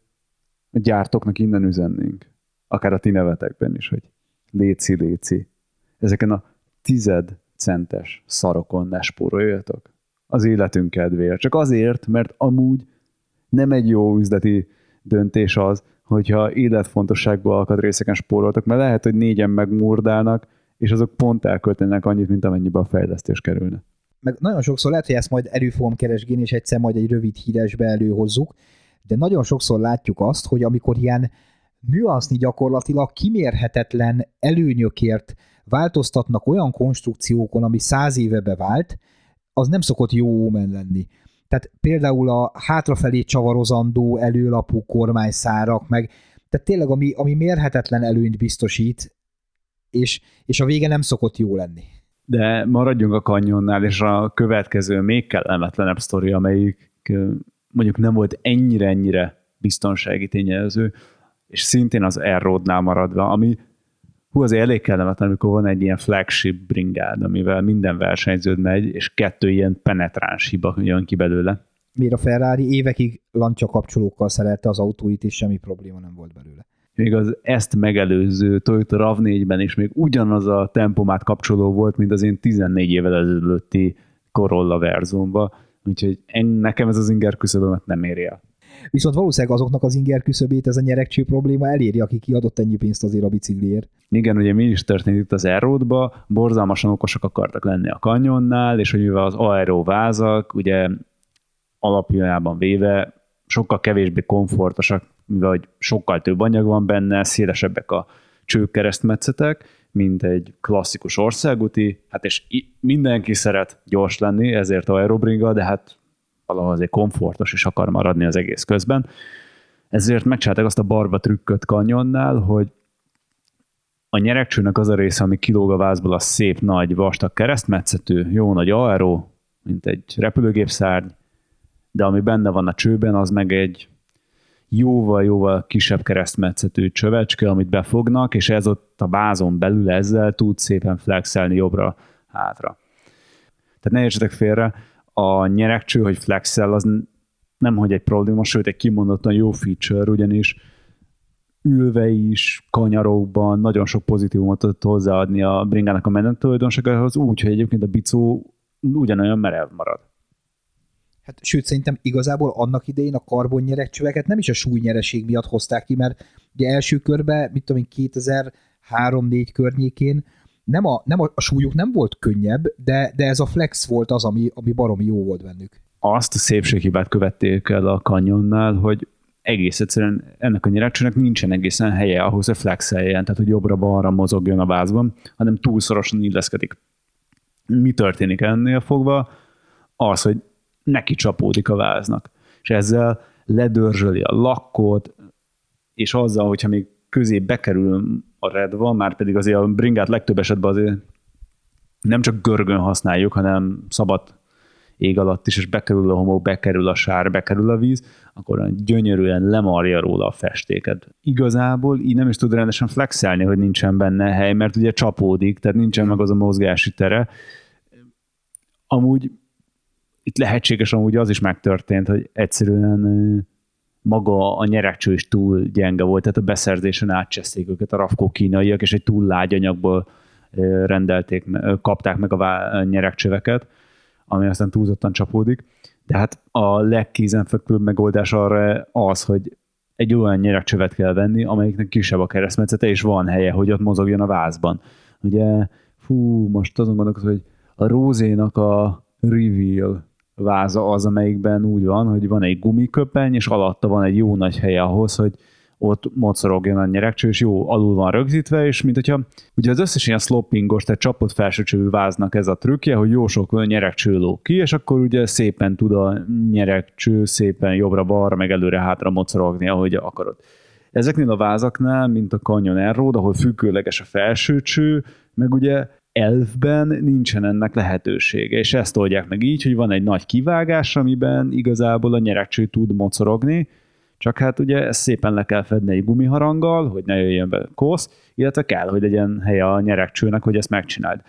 a gyártóknak innen üzennénk. Akár a ti nevetekben is, hogy léci, léci. Ezeken a tized centes szarokon ne spóroljatok. Az életünk kedvéért. Csak azért, mert amúgy nem egy jó üzleti döntés az, hogyha életfontosságú alkatrészeken spóroltak, mert lehet, hogy négyen megmurdálnak, és azok pont elköltenek annyit, mint amennyibe a fejlesztés kerülne. Meg nagyon sokszor lehet, hogy ezt majd elő fogom keresgélni, és egyszer majd egy rövid híresbe előhozzuk, de nagyon sokszor látjuk azt, hogy amikor ilyen nüansznyi gyakorlatilag kimérhetetlen előnyökért változtatnak olyan konstrukciókon, ami száz éve bevált, az nem szokott jó ómen lenni. Tehát például a hátrafelé csavarozandó előlapú kormányszárak, meg tehát tényleg ami, ami mérhetetlen előnyt biztosít, és, és a vége nem szokott jó lenni. De maradjunk a Canyonnál, és a következő még kellemetlenebb sztori, amelyik mondjuk nem volt ennyire-ennyire biztonsági tényező, és szintén az Air-Roadnál maradva, ami hú, azért elég kellemetlen, amikor van egy ilyen flagship bringád, amivel minden versenyződ megy, és kettő ilyen penetráns hiba jön ki belőle. Miért a Ferrari évekig lancsa kapcsolókkal szerelte az autóit, és semmi probléma nem volt belőle. Még az ezt megelőző Toyota RAV négyben is még ugyanaz a tempomát kapcsoló volt, mint az én tizennégy évvel ezelőtti Corolla Verzumba, úgyhogy nekem ez az inger küszöbömet nem éri el. Viszont valószínűleg azoknak az inger küszöbét ez a nyeregcső probléma eléri, aki kiadott ennyi pénzt azért a bicikliért. Igen, ugye mi is történt itt az Air-Roadba, borzalmasan okosak akartak lenni a Canyonnál, és hogy mivel az aero vázak, ugye alapjában véve sokkal kevésbé komfortosak, mivel hogy sokkal több anyag van benne, szélesebbek a csőkeresztmetszetek, mint egy klasszikus országúti, hát és mindenki szeret gyors lenni, ezért aerobringa, de hát valahol azért komfortos is akar maradni az egész közben. Ezért megcsinálták azt a barba trükköt Canyonnál, hogy A nyeregcsőnek az a része, ami kilóg a vázból, a szép nagy vastag keresztmetszetű, jó nagy aero, mint egy repülőgépszárny, de ami benne van a csőben, az meg egy jóval-jóval kisebb keresztmetszetű csövecske, amit befognak, és ez ott a vázon belül ezzel tud szépen flexelni jobbra-hátra. Tehát ne értsetek félre, a nyeregcső, hogy flexel, az nem hogy egy probléma, sőt egy kimondottan jó feature, ugyanis ülve is, kanyarokban nagyon sok pozitívumot tudott hozzáadni a bringának a menet tulajdonságához, úgy, hogy egyébként a bicó ugyanolyan merev marad. Hát, sőt, szerintem igazából annak idején a karbonnyeregcsöveket nem is a súlynyereség miatt hozták ki, mert ugye első körben, mit tudom én, kétezer-három-négy környékén nem a, nem a, a súlyuk nem volt könnyebb, de, de ez a flex volt az, ami, ami baromi jó volt bennük. Azt a szépséghibát követték el a Canyonnál, hogy egész egyszerűen ennek a nyeregcsőnek nincsen egészen helye ahhoz, hogy flexeljen, tehát hogy jobbra-balra mozogjon a vázban, hanem túlszorosan illeszkedik. Mi történik ennél fogva? Az, hogy neki csapódik a váznak. És ezzel ledörzsöli a lakkot, és azzal, hogyha még közé bekerül a redva, már pedig azért a bringát legtöbb esetben azért nem csak görgön használjuk, hanem szabad ég alatt is, és bekerül a homok, bekerül a sár, bekerül a víz, akkor gyönyörűen lemarja róla a festéket. Igazából így nem is tud rendesen flexelni, hogy nincsen benne hely, mert ugye csapódik, tehát nincsen meg az a mozgási tere. Amúgy itt lehetséges, amúgy az is megtörtént, hogy egyszerűen maga a nyeregcső is túl gyenge volt, tehát a beszerzésen átcseszték őket a rafkó kínaiak, és egy túl lágy anyagból rendelték, kapták meg a nyeregcsöveket, ami aztán túlzottan csapódik. De hát a legkézenfekvőbb megoldás arra az, hogy egy olyan nyeregcsövet kell venni, amelyiknek kisebb a keresztmetszete, és van helye, hogy ott mozogjon a vázban. Ugye, fú, most azon gondolkozom, hogy a Rózénak a Reveal váza az, amelyikben úgy van, hogy van egy gumiköpeny, és alatta van egy jó nagy helye ahhoz, hogy ott mocorogjon a nyeregcső, és jó, alul van rögzítve, és mint hogyha ugye az összes ilyen sloppingos, tehát csapott felsőcsövű váznak ez a trükkje, hogy jó sok nyeregcső lóg ki, és akkor ugye szépen tud a nyeregcső szépen jobbra-balra, meg előre-hátra mocorogni, ahogy akarod. Ezeknél a vázaknál, mint a Canyon Aero, ahol függőleges a felsőcső, meg ugye elfben nincsen ennek lehetősége, és ezt oldják meg így, hogy van egy nagy kivágás, amiben igazából a nyeregcső tud mocorogni, csak hát ugye ezt szépen le kell fedni egy gumiharanggal, hogy ne jöjjön be kosz, illetve kell, hogy legyen helye a nyeregcsőnek, hogy ezt megcsináld.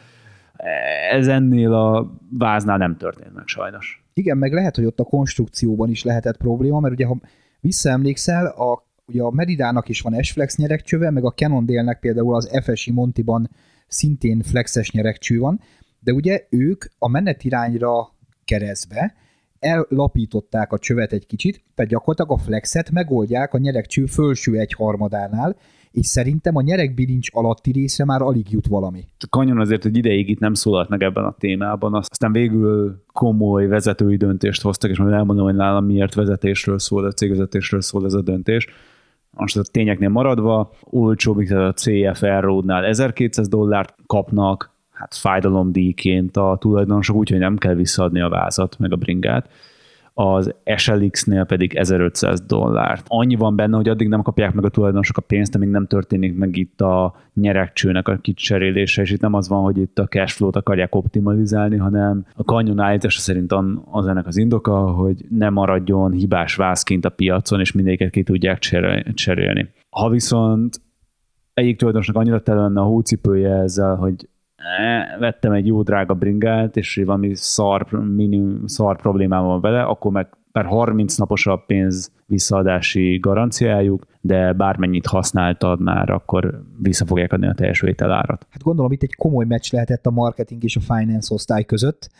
Ez ennél a váznál nem történt meg sajnos. Igen, meg lehet, hogy ott a konstrukcióban is lehetett probléma, mert ugye ha visszaemlékszel, a, ugye a Meridának is van S-Flex nyeregcsöve, meg a Cannondale-nek például az ef es i Montiban szintén flexes nyeregcső van, de ugye ők a menetirányra keresztbe ellapították a csövet egy kicsit, tehát gyakorlatilag a flexet megoldják a nyeregcső fölső egyharmadánál, és szerintem a nyeregbilincs alatti részre már alig jut valami. A Canyon azért egy ideig itt nem szólalt meg ebben a témában, aztán végül komoly vezetői döntést hoztak, és majd elmondom, hogy nálam miért vezetésről szól, a cégvezetésről szól ez a döntés. Most a tényeknél maradva, olcsóbb, mint a cé ef Aero-nál ezerkétszáz dollárt kapnak, hát fájdalomdíjként a tulajdonosok, úgyhogy nem kell visszaadni a vázat, meg a bringát. Az es el iksz-nél pedig ezerötszáz dollárt. Annyi van benne, hogy addig nem kapják meg a tulajdonosok a pénzt, amíg nem történik meg itt a nyeregcsőnek a kicserélése, és itt nem az van, hogy itt a cashflow-t akarják optimalizálni, hanem a Canyon állítása szerint az ennek az indoka, hogy ne maradjon hibás vázként a piacon, és mindegyiket ki tudják cserélni. Ha viszont egyik tulajdonosnak annyira tele lenne a hócipője ezzel, hogy vettem egy jó drága bringát, és valami szar, minim, szar problémám van vele, akkor meg per harminc napos a pénz visszaadási garanciájuk, de bármennyit használtad már, akkor vissza fogják adni a teljes vételárat. Hát gondolom, itt egy komoly meccs lehetett a marketing és a finance osztály között,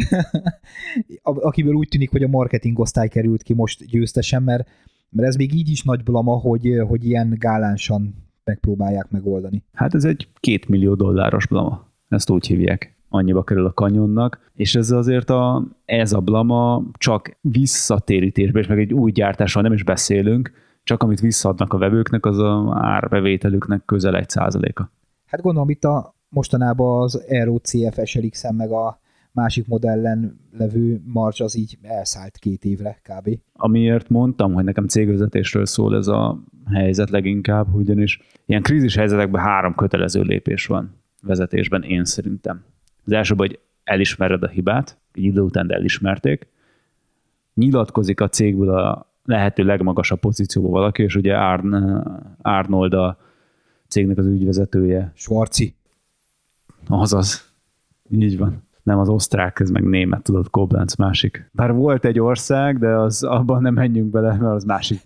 akiből úgy tűnik, hogy a marketing osztály került ki most győztesen, mert, mert ez még így is nagy blama, hogy, hogy ilyen gálánsan megpróbálják megoldani. Hát ez egy két millió dolláros blama. Ezt úgy hívják. Annyiba kerül a Canyonnak, és ez azért a, ez a blama csak visszatérítésben, és meg egy új gyártásról nem is beszélünk, csak amit visszaadnak a vevőknek, az a árbevételüknek közel egy százaléka. Hát gondolom itt a mostanában az Aero cé ef es el iksz-en meg a másik modellen levő marcs az így elszállt két évre kb. Amiért mondtam, hogy nekem cégvezetésről szól ez a helyzet leginkább, ugyanis ilyen krízis helyzetekben három kötelező lépés van vezetésben, én szerintem. Az első, hogy elismered a hibát, egy idő után elismerték, nyilatkozik a cégből a lehető legmagasabb pozícióban valaki, és ugye Arn, Arnold a cégnek az ügyvezetője. Schwarzi. Azaz. Így van. Nem az osztrák, ez meg német, tudod, Koblenz másik. Bár volt egy ország, de az abban nem menjünk bele, mert az másik.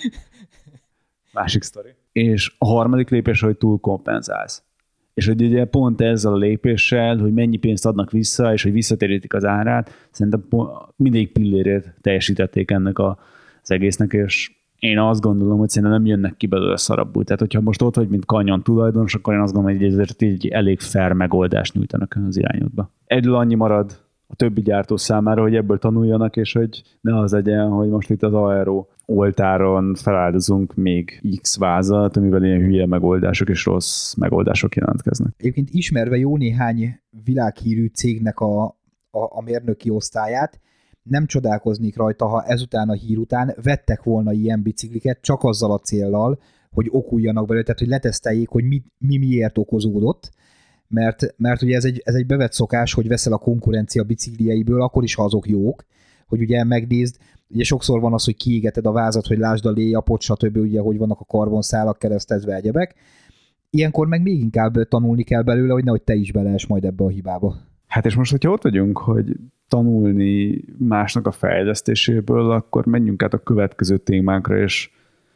Másik sztori. És a harmadik lépés, hogy túl kompenzálsz. És hogy ugye pont ezzel a lépéssel, hogy mennyi pénzt adnak vissza, és hogy visszatérítik az árát, szerintem mindig pillérét teljesítették ennek a, az egésznek, és én azt gondolom, hogy szerintem nem jönnek ki belőle szarabbul. Tehát, hogyha most ott vagy, mint Canyon tulajdonos, akkor én azt gondolom, hogy ezért egy elég fair megoldást nyújtanak az irányodba. Egyről annyi marad a többi gyártó számára, hogy ebből tanuljanak, és hogy ne az legyen, hogy most itt az Aero oltáron feláldozunk még X vázat, amivel ilyen hülye megoldások és rossz megoldások jelentkeznek. Egyébként ismerve jó néhány világhírű cégnek a, a, a mérnöki osztályát, nem csodálkoznék rajta, ha ezután a hír után vettek volna ilyen bicikliket csak azzal a céllal, hogy okuljanak belőle, tehát hogy leteszteljék, hogy mi, mi miért okozódott, mert, mert ugye ez egy, ez egy bevett szokás, hogy veszel a konkurencia biciklieiből, akkor is, ha azok jók, hogy ugye megnézd, ugye sokszor van az, hogy kiégeted a vázat, hogy lásd a léjapot, stb., ugye, hogy vannak a karbonszálak keresztezve egyebek. Ilyenkor meg még inkább tanulni kell belőle, hogy nehogy te is beleess majd ebbe a hibába. Hát és most, hogyha ott vagyunk, hogy tanulni másnak a fejlesztéséből, akkor menjünk át a következő témánkra, és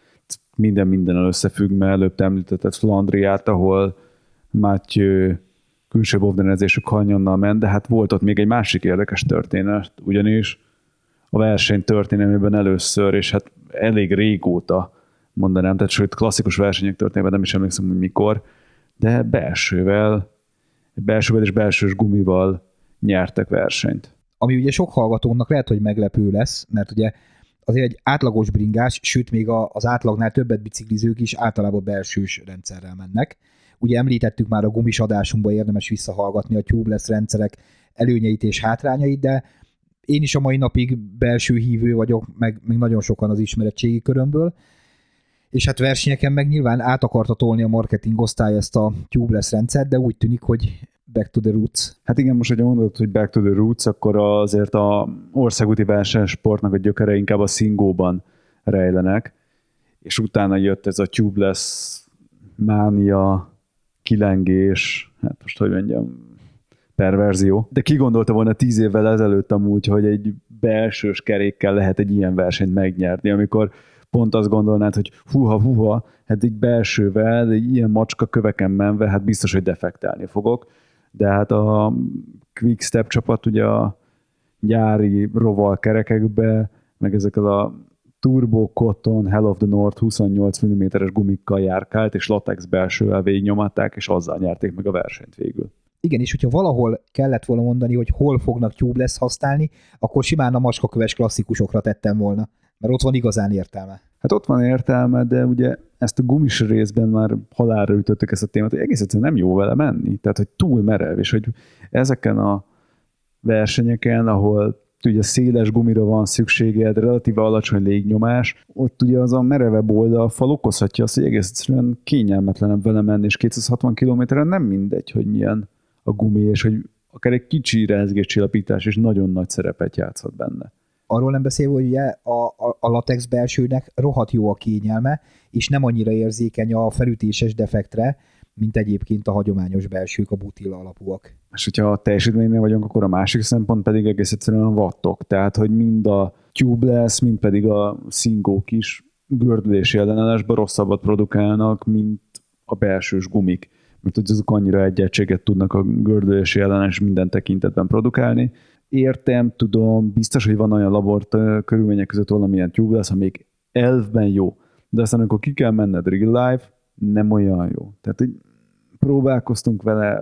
minden mindennel összefügg, mert előbb te említetted Flandriát, ahol Mathieu külső bovnerezésű Canyonnal ment, de hát volt ott még egy másik érdekes történet, ugyanis a verseny történelmében először, és hát elég régóta mondanám, tehát sőt klasszikus versenyek történetben nem is emlékszem, hogy mikor, de belsővel, belsővel és belsős gumival nyertek versenyt. Ami ugye sok hallgatónak lehet, hogy meglepő lesz, mert ugye azért egy átlagos bringás, sőt még az átlagnál többet biciklizők is általában belsős rendszerrel mennek. Ugye említettük már a gumis adásunkban, érdemes visszahallgatni a tubeless rendszerek előnyeit és hátrányait, de én is a mai napig belső hívő vagyok, meg, meg nagyon sokan az ismeretségi körömből, és hát versenyeken meg nyilván át akarta tolni a marketing osztály ezt a tubeless rendszert, de úgy tűnik, hogy back to the roots. Hát igen, most, hogyha mondod, hogy back to the roots, akkor azért a országúti versenysportnak a gyökere inkább a szingóban rejlenek, és utána jött ez a tubeless mánia, kilengés, hát most hogy mondjam, perverzió. De ki gondolta volna tíz évvel ezelőtt amúgy, hogy egy belsős kerékkel lehet egy ilyen versenyt megnyerni, amikor pont azt gondolnád, hogy huha, huha, hát egy belsővel, egy ilyen macska köveken menve, hát biztos, hogy defektálni fogok. De hát a Quick Step csapat ugye a gyári roval kerekekbe, meg ezekkel a Turbo Cotton Hell of the North huszonnyolc milliméteres gumikkal járkált, és latex belsővel végignyomatták, és azzal nyerték meg a versenyt végül. Igen, és hogyha valahol kellett volna mondani, hogy hol fognak tubeless használni, akkor simán a macskaköves klasszikusokra tettem volna, mert ott van igazán értelme. Hát ott van értelme, de ugye ezt a gumis részben már halálra ütöttük ezt a témát, hogy egész egyszerűen nem jó vele menni, tehát hogy túl merev, és hogy ezeken a versenyeken, ahol ugye széles gumira van szükséged, relatíve alacsony légnyomás, ott ugye az a merevebb oldalfal okozhatja azt, hogy egész egyszerűen kényelmetlenebb vele menni, és kétszázhatvan kilométeren nem mindegy, hogy milyen a gumi, és hogy akár egy kicsi rezgéscsillapítás is nagyon nagy szerepet játszhat benne. Arról nem beszélve, hogy ugye a, a, a latex belsőnek rohadt jó a kényelme, és nem annyira érzékeny a felütéses defektre, mint egyébként a hagyományos belsők, a butil alapúak. És hogyha a teljesítménynél vagyunk, akkor a másik szempont pedig egész egyszerűen a wattok. Tehát, hogy mind a tubeless, mind pedig a szingók is gördülési ellenállásban rosszabbat produkálnak, mint a belsős gumik. Mert hogy azok annyira egy egységet tudnak a gördülési ellenállás minden tekintetben produkálni. Értem, tudom, biztos, hogy van olyan labort körülmények között valamilyen tubeless, amelyik elfben jó. De aztán, amikor ki kell menned real life, nem olyan jó. Tehát, hogy próbálkoztunk vele,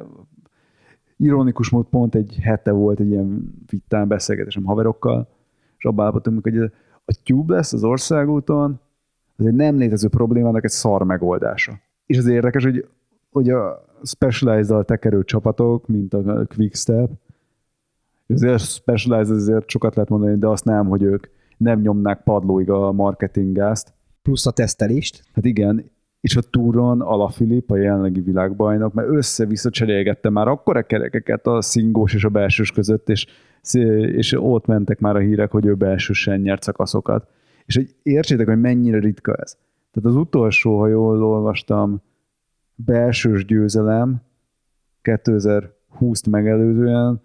ironikus mód pont egy hete volt egy ilyen vitán beszélgetésem haverokkal, és abban állapodtunk, hogy a tubeless az országúton az egy nem létező problémának egy szar megoldása. És az érdekes, hogy, hogy a Specialized-dal tekerő csapatok, mint a Quick Step, Azért Specialized azért sokat lehet mondani, de azt nem, hogy ők nem nyomnák padlóig a marketinggázt. Plusz a tesztelést. Hát igen, és a túron Alaphilippe, a jelenlegi világbajnok, mert össze-vissza cserélgette már akkora kerekeket a szingós és a belsős között, és, és ott mentek már a hírek, hogy ő belsősen nyert szakaszokat. És hogy értsétek, hogy mennyire ritka ez. Tehát az utolsó, ha jól olvastam, belsős győzelem kétezer-húszat megelőzően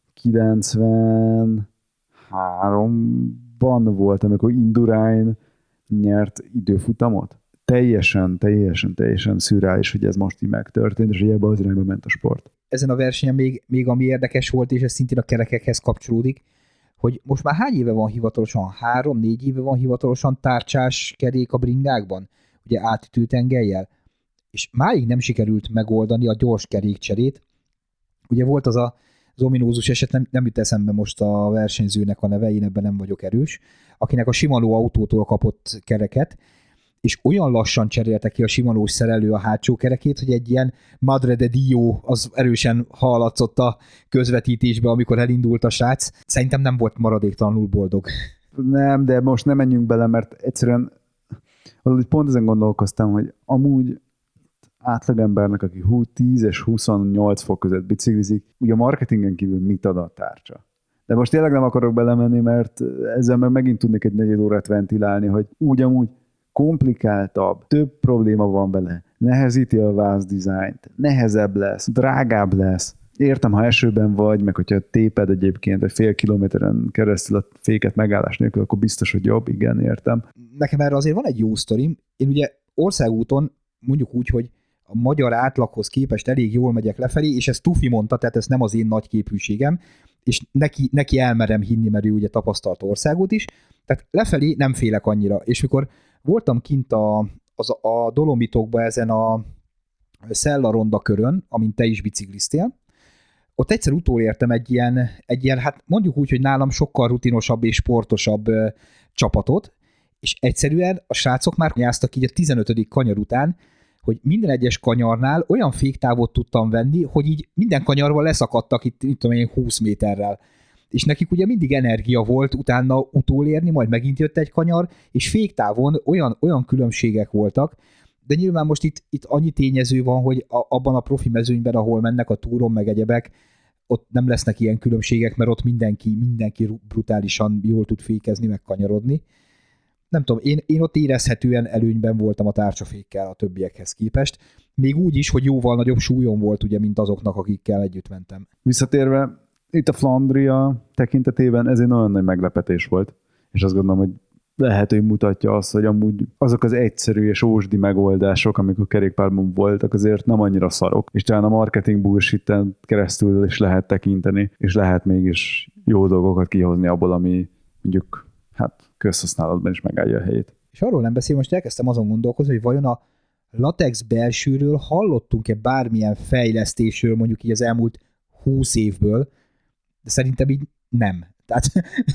kilencvenháromban volt, amikor Indurain nyert időfutamot. Teljesen, teljesen, teljesen szürreális, hogy ez most így megtörtént, és hogy ebbe az irányba ment a sport. Ezen a versenyen még, még ami érdekes volt, és ez szintén a kerekekhez kapcsolódik, hogy most már hány éve van hivatalosan? Három, négy éve van hivatalosan tárcsás kerék a bringákban? Ugye átütő tengelyel? És máig nem sikerült megoldani a gyors kerékcserét. Ugye volt az a, az ominózus eset, nem, nem jut eszembe most a versenyzőnek a neve, én ebben nem vagyok erős, akinek a Shimano autótól kapott kereket, és olyan lassan cserélte ki a Shimano-s szerelő a hátsó kerekét, hogy egy ilyen Madre de Dio az erősen hallatszott a közvetítésbe, amikor elindult a srác. Szerintem nem volt maradéktalanul boldog. Nem, de most nem menjünk bele, mert egyszerűen valahogy pont ezen gondolkoztam, hogy amúgy átlagembernek, aki tíz és huszonnyolc fok között biciklizik, ugye a marketingen kívül mit ad a tárcsa? De most tényleg nem akarok belemenni, mert ezzel meg megint tudnék egy negyed órát ventilálni, hogy úgy amúgy komplikáltabb, több probléma van vele, nehezíti a vászdizájnt, nehezebb lesz, drágább lesz. Értem, ha esőben vagy, meg hogyha téped egyébként egy fél kilométeren keresztül a féket megállás nélkül, akkor biztos, hogy jobb, igen, értem. Nekem erre azért van egy jó sztorim. Én ugye országúton mondjuk úgy, hogy a magyar átlaghoz képest elég jól megyek lefelé, és ezt Tufi mondta, tehát ez nem az én nagy képűségem, és neki, neki elmerem hinni, mert ő ugye tapasztalt országút is, tehát lefelé nem félek annyira. És mikor voltam kint a, az, a Dolomitokba ezen a Szellaronda körön, amint te is bicikliztél, ott egyszer utolértem egy ilyen, egy ilyen, hát mondjuk úgy, hogy nálam sokkal rutinosabb és sportosabb ö, csapatot, és egyszerűen a srácok már nyáztak így a tizenötödik kanyar után, hogy minden egyes kanyarnál olyan féktávot tudtam venni, hogy így minden kanyarban leszakadtak itt, mit tudom én, húsz méterrel. És nekik ugye mindig energia volt utána utolérni, majd megint jött egy kanyar, és féktávon olyan, olyan különbségek voltak, de nyilván most itt, itt annyi tényező van, hogy a, abban a profi mezőnyben, ahol mennek a túron, meg egyebek, ott nem lesznek ilyen különbségek, mert ott mindenki, mindenki brutálisan jól tud fékezni, meg kanyarodni. Nem tudom, én, én ott érezhetően előnyben voltam a tárcsafékkel a többiekhez képest, még úgy is, hogy jóval nagyobb súlyom volt, ugye, mint azoknak, akikkel együtt mentem. Visszatérve, itt a Flandria tekintetében ez egy nagyon nagy meglepetés volt, és azt gondolom, hogy lehet, hogy mutatja azt, hogy amúgy azok az egyszerű és ósdi megoldások, amik a kerékpárban voltak, azért nem annyira szarok, és talán a marketing bullshitten keresztül is lehet tekinteni, és lehet mégis jó dolgokat kihozni abból, ami mondjuk hát közhasználatban is megállja a helyét. És arról nem beszél, most elkezdtem azon gondolkozni, hogy vajon a latex belsőről hallottunk-e bármilyen fejlesztésről, mondjuk így az elmúlt húsz évből, de szerintem így nem. Tehát...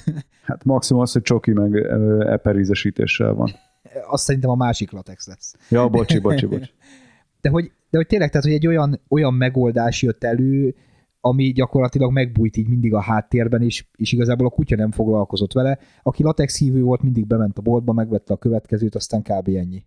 Hát maximum az, hogy csoki meg eperízesítéssel van. Azt szerintem a másik latex lesz. Ja, bocsi, bocsi, bocsi. De hogy, de hogy tényleg, tehát, hogy egy olyan, olyan megoldás jött elő, ami gyakorlatilag megbújt így mindig a háttérben, és, és igazából a kutya nem foglalkozott vele. Aki latex hívő volt, mindig bement a boltba, megvette a következőt, aztán kb. Ennyi.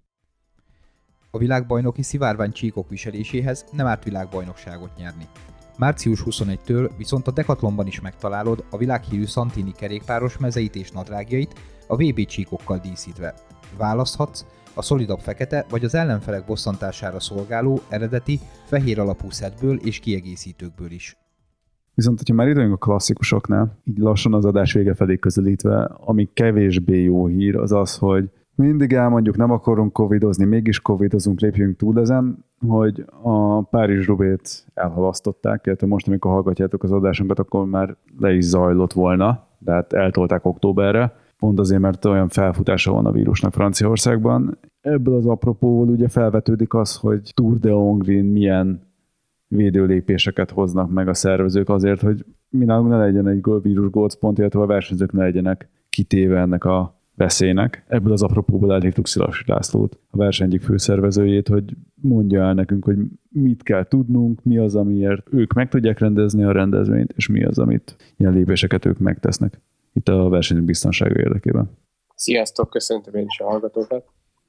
A világbajnoki szivárvány csíkok viseléséhez nem árt világbajnokságot nyerni. március huszonegyedikétől viszont a Decathlonban is megtalálod a világhírű Santini kerékpáros mezeit és nadrágjait a vé bé csíkokkal díszítve. Választhatsz a szolidabb fekete vagy az ellenfelek bosszantására szolgáló eredeti fehér alapú szetből és kiegészítőkből is. Viszont, hogyha már időnk a klasszikusoknál, így lassan az adás vége felé közelítve, ami kevésbé jó hír, az az, hogy mindig elmondjuk, nem akarunk covidozni, mégis covidozunk, lépjünk túl ezen, hogy a Párizs-Roubaix elhalasztották, illetve most, amikor hallgatjátok az adásunkat, akkor már le is zajlott volna, de hát eltolták októberre, pont azért, mert olyan felfutása van a vírusnak Franciaországban. Ebből az apropóból ugye felvetődik az, hogy Tour de Hongrin milyen védőlépéseket hoznak meg a szervezők azért, hogy mi nálunk ne legyen egy vírus gócpont, illetve a versenyzők ne legyenek kitéve ennek a veszélynek. Ebből az apropóból elhívtuk Szilasi Lászlót, a verseny egyik főszervezőjét, hogy mondja el nekünk, hogy mit kell tudnunk, mi az, amiért ők meg tudják rendezni a rendezvényt, és mi az, amit ilyen lépéseket ők megtesznek itt a versenyünk biztonsága érdekében. Sziasztok, köszöntöm én is a hallgatókat.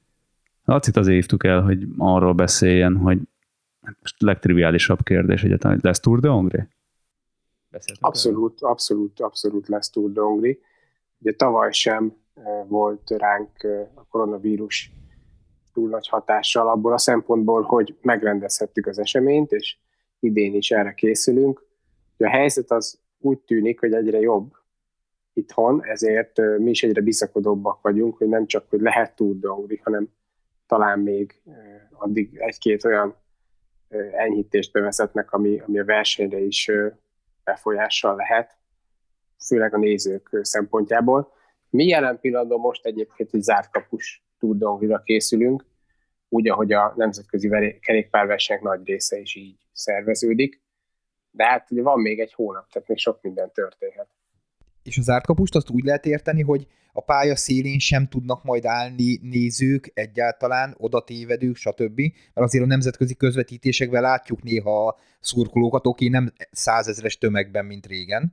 Lacit azért hívtuk el, hogy arról beszéljen, hogy most legtriviálisabb kérdés egyáltalán, hogy lesz Tour de Hongrie? Abszolút, el? abszolút, abszolút lesz Tour de Hongrie. Ugye tavaly sem volt ránk a koronavírus túl nagy hatással abból a szempontból, hogy megrendezhettük az eseményt, és idén is erre készülünk. Ugye a helyzet az úgy tűnik, hogy egyre jobb itthon, ezért mi is egyre bizakodóbbak vagyunk, hogy nem csak, hogy lehet Tour de Hongrie, hanem talán még addig egy-két olyan enyhítést bevezetnek, ami, ami a versenyre is befolyással lehet, főleg a nézők szempontjából. Mi jelen pillanatban most egyébként egy zárt kapus Tour de Hongrie-ra készülünk, úgy, ahogy a nemzetközi kerékpárversenyek nagy része is így szerveződik, de hát ugye van még egy hónap, tehát még sok minden történhet. És a zárt kapust azt úgy lehet érteni, hogy a pálya szélén sem tudnak majd állni nézők egyáltalán, oda tévedők, stb. Mert azért a nemzetközi közvetítésekben látjuk néha a szurkolókat, oké, nem százezres tömegben, mint régen.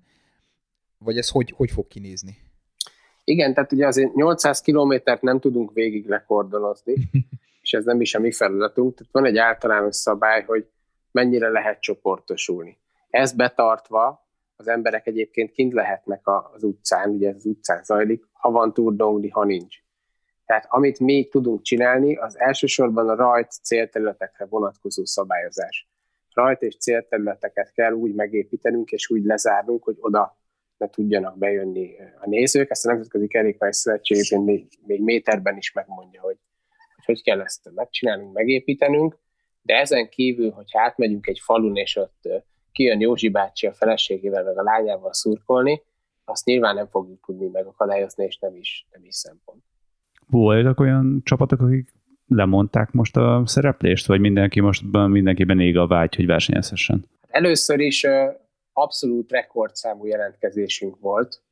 Vagy ez hogy, hogy fog kinézni? Igen, tehát ugye azért nyolcszáz kilométert nem tudunk végig lekordonozni, és ez nem is a mi feladatunk. Tehát van egy általános szabály, hogy mennyire lehet csoportosulni. Ezt betartva az emberek egyébként kint lehetnek az utcán, ugye ez az utcán zajlik, ha van Tour de Hongrie, ha nincs. Tehát amit mi tudunk csinálni, az elsősorban a rajt célterületekre vonatkozó szabályozás. Rajt és célterületeket kell úgy megépítenünk, és úgy lezárnunk, hogy oda ne tudjanak bejönni a nézők. Ezt a Nemzetközi Kerékpár Szövetség még, még méterben is megmondja, hogy, hogy hogy kell ezt megcsinálnunk, megépítenünk, de ezen kívül, hogyha átmegyünk egy falun, és ott kijön Józsi bácsi a feleségével, meg a lányával szurkolni, azt nyilván nem fogjuk tudni megakadályozni, és nem is, nem is szempont. Voltak olyan csapatok, akik lemondták most a szereplést, vagy mindenki most mindenkiben ég a vágy, hogy versenyezhessen? Először is abszolút rekordszámú jelentkezésünk volt.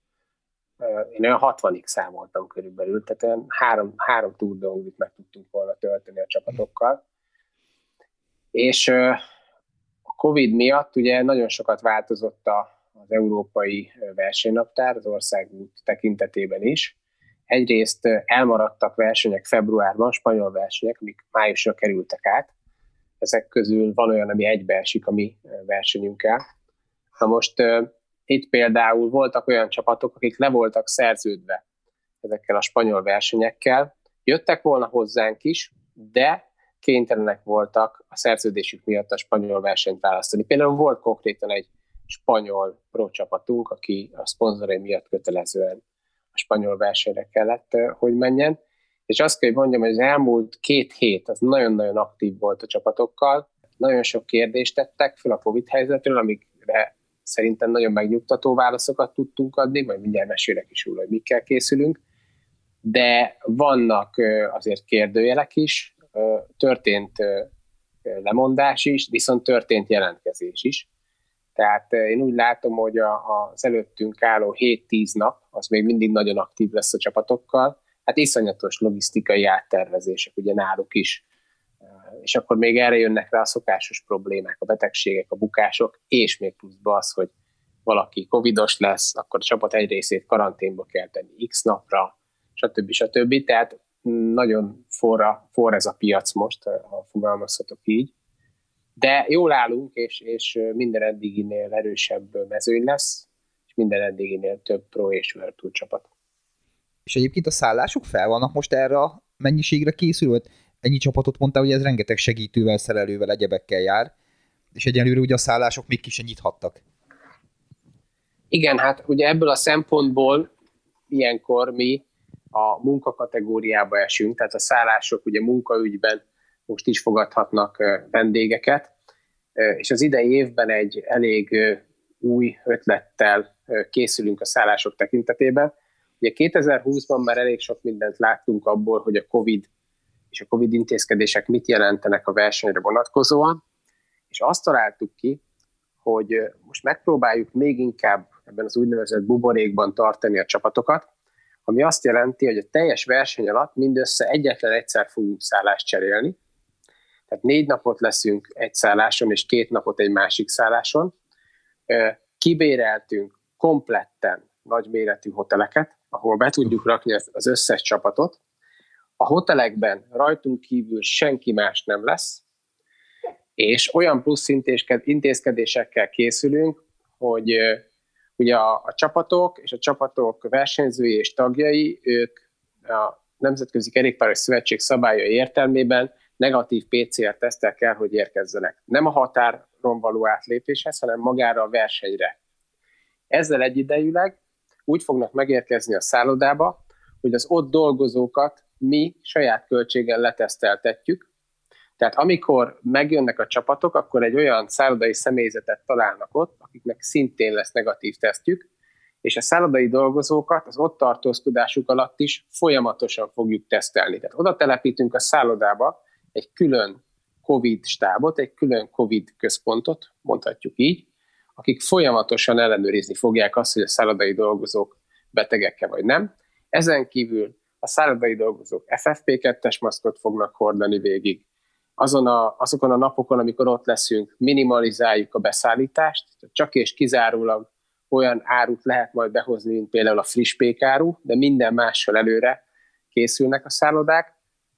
Én olyan hatvanig számoltam körülbelül, tehát olyan három, három Tour de Hongrie-t meg tudtunk volna tölteni a csapatokkal. És a Covid miatt ugye nagyon sokat változott az európai versenynaptár, az országút tekintetében is. Egyrészt elmaradtak versenyek februárban, spanyol versenyek, amik májusra kerültek át. Ezek közül van olyan, ami egybeesik a mi versenyünkkel. Na most uh, itt például voltak olyan csapatok, akik le voltak szerződve ezekkel a spanyol versenyekkel. Jöttek volna hozzánk is, de kénytelenek voltak a szerződésük miatt a spanyol versenyt választani. Például volt konkrétan egy spanyol pro csapatunk, aki a szponzorai miatt kötelezően a spanyol versenyre kellett, hogy menjen. És azt kell, hogy mondjam, hogy az elmúlt két hét az nagyon-nagyon aktív volt a csapatokkal. Nagyon sok kérdést tettek fel a Covid helyzetről, amikre szerintem nagyon megnyugtató válaszokat tudtunk adni, majd mindjárt mesélek is róla, hogy mikkel készülünk. De vannak azért kérdőjelek is, történt lemondás is, viszont történt jelentkezés is. Tehát én úgy látom, hogy az előttünk álló hét-tíz nap, az még mindig nagyon aktív lesz a csapatokkal. Hát iszonyatos logisztikai áttervezések ugye náluk is. És akkor még erre jönnek rá a szokásos problémák, a betegségek, a bukások, és még pluszba az, hogy valaki covidos lesz, akkor a csapat egy részét karanténba kell tenni x napra, stb. stb. Tehát nagyon forra, forra ez a piac most, ha fogalmazhatok így. De jól állunk, és, és minden eddiginél erősebb mezőny lesz, és minden eddiginél több Pro és World Tour csapat. És egyébként a szállások fel vannak most erre a mennyiségre készülött? Ennyi csapatot mondtál, hogy ez rengeteg segítővel, szerelővel, egyebekkel jár, és egyenlőre ugye a szállások még ki sem nyithattak. Igen, hát ugye ebből a szempontból ilyenkor mi a munkakategóriába esünk, tehát a szállások ugye munkaügyben most is fogadhatnak vendégeket, és az idei évben egy elég új ötlettel készülünk a szállások tekintetében. Ugye kétezer-húszban már elég sok mindent láttunk abból, hogy a Covid és a Covid intézkedések mit jelentenek a versenyre vonatkozóan, és azt találtuk ki, hogy most megpróbáljuk még inkább ebben az úgynevezett buborékban tartani a csapatokat, ami azt jelenti, hogy a teljes verseny alatt mindössze egyetlen egyszer fogunk szállást cserélni. Tehát négy napot leszünk egy szálláson, és két napot egy másik szálláson. Kibéreltünk kompletten nagyméretű hoteleket, ahol be tudjuk rakni az összes csapatot. A hotelekben rajtunk kívül senki más nem lesz, és olyan plusz intézkedésekkel készülünk, hogy ugye a, a csapatok és a csapatok versenyzői és tagjai, ők a Nemzetközi Kerékpáros Szövetség szabályai értelmében negatív pé cé er-teszttel kell, hogy érkezzenek. Nem a határon való átlépéshez, hanem magára a versenyre. Ezzel egyidejűleg úgy fognak megérkezni a szállodába, hogy az ott dolgozókat mi saját költséggel leteszteltetjük. Tehát amikor megjönnek a csapatok, akkor egy olyan szállodai személyzetet találnak ott, akiknek szintén lesz negatív tesztjük, és a szállodai dolgozókat az ott tartózkodásuk alatt is folyamatosan fogjuk tesztelni. Tehát oda telepítünk a szállodába egy külön COVID stábot, egy külön COVID központot, mondhatjuk így, akik folyamatosan ellenőrizni fogják azt, hogy a szállodai dolgozók betegek-e vagy nem. Ezen kívül a szállodai dolgozók ef ef pé kettes maszkot fognak hordani végig. Azon a, azokon a napokon, amikor ott leszünk, minimalizáljuk a beszállítást, csak és kizárólag olyan árut lehet majd behozni, mint például a friss pékáru, de minden mással előre készülnek a szállodák,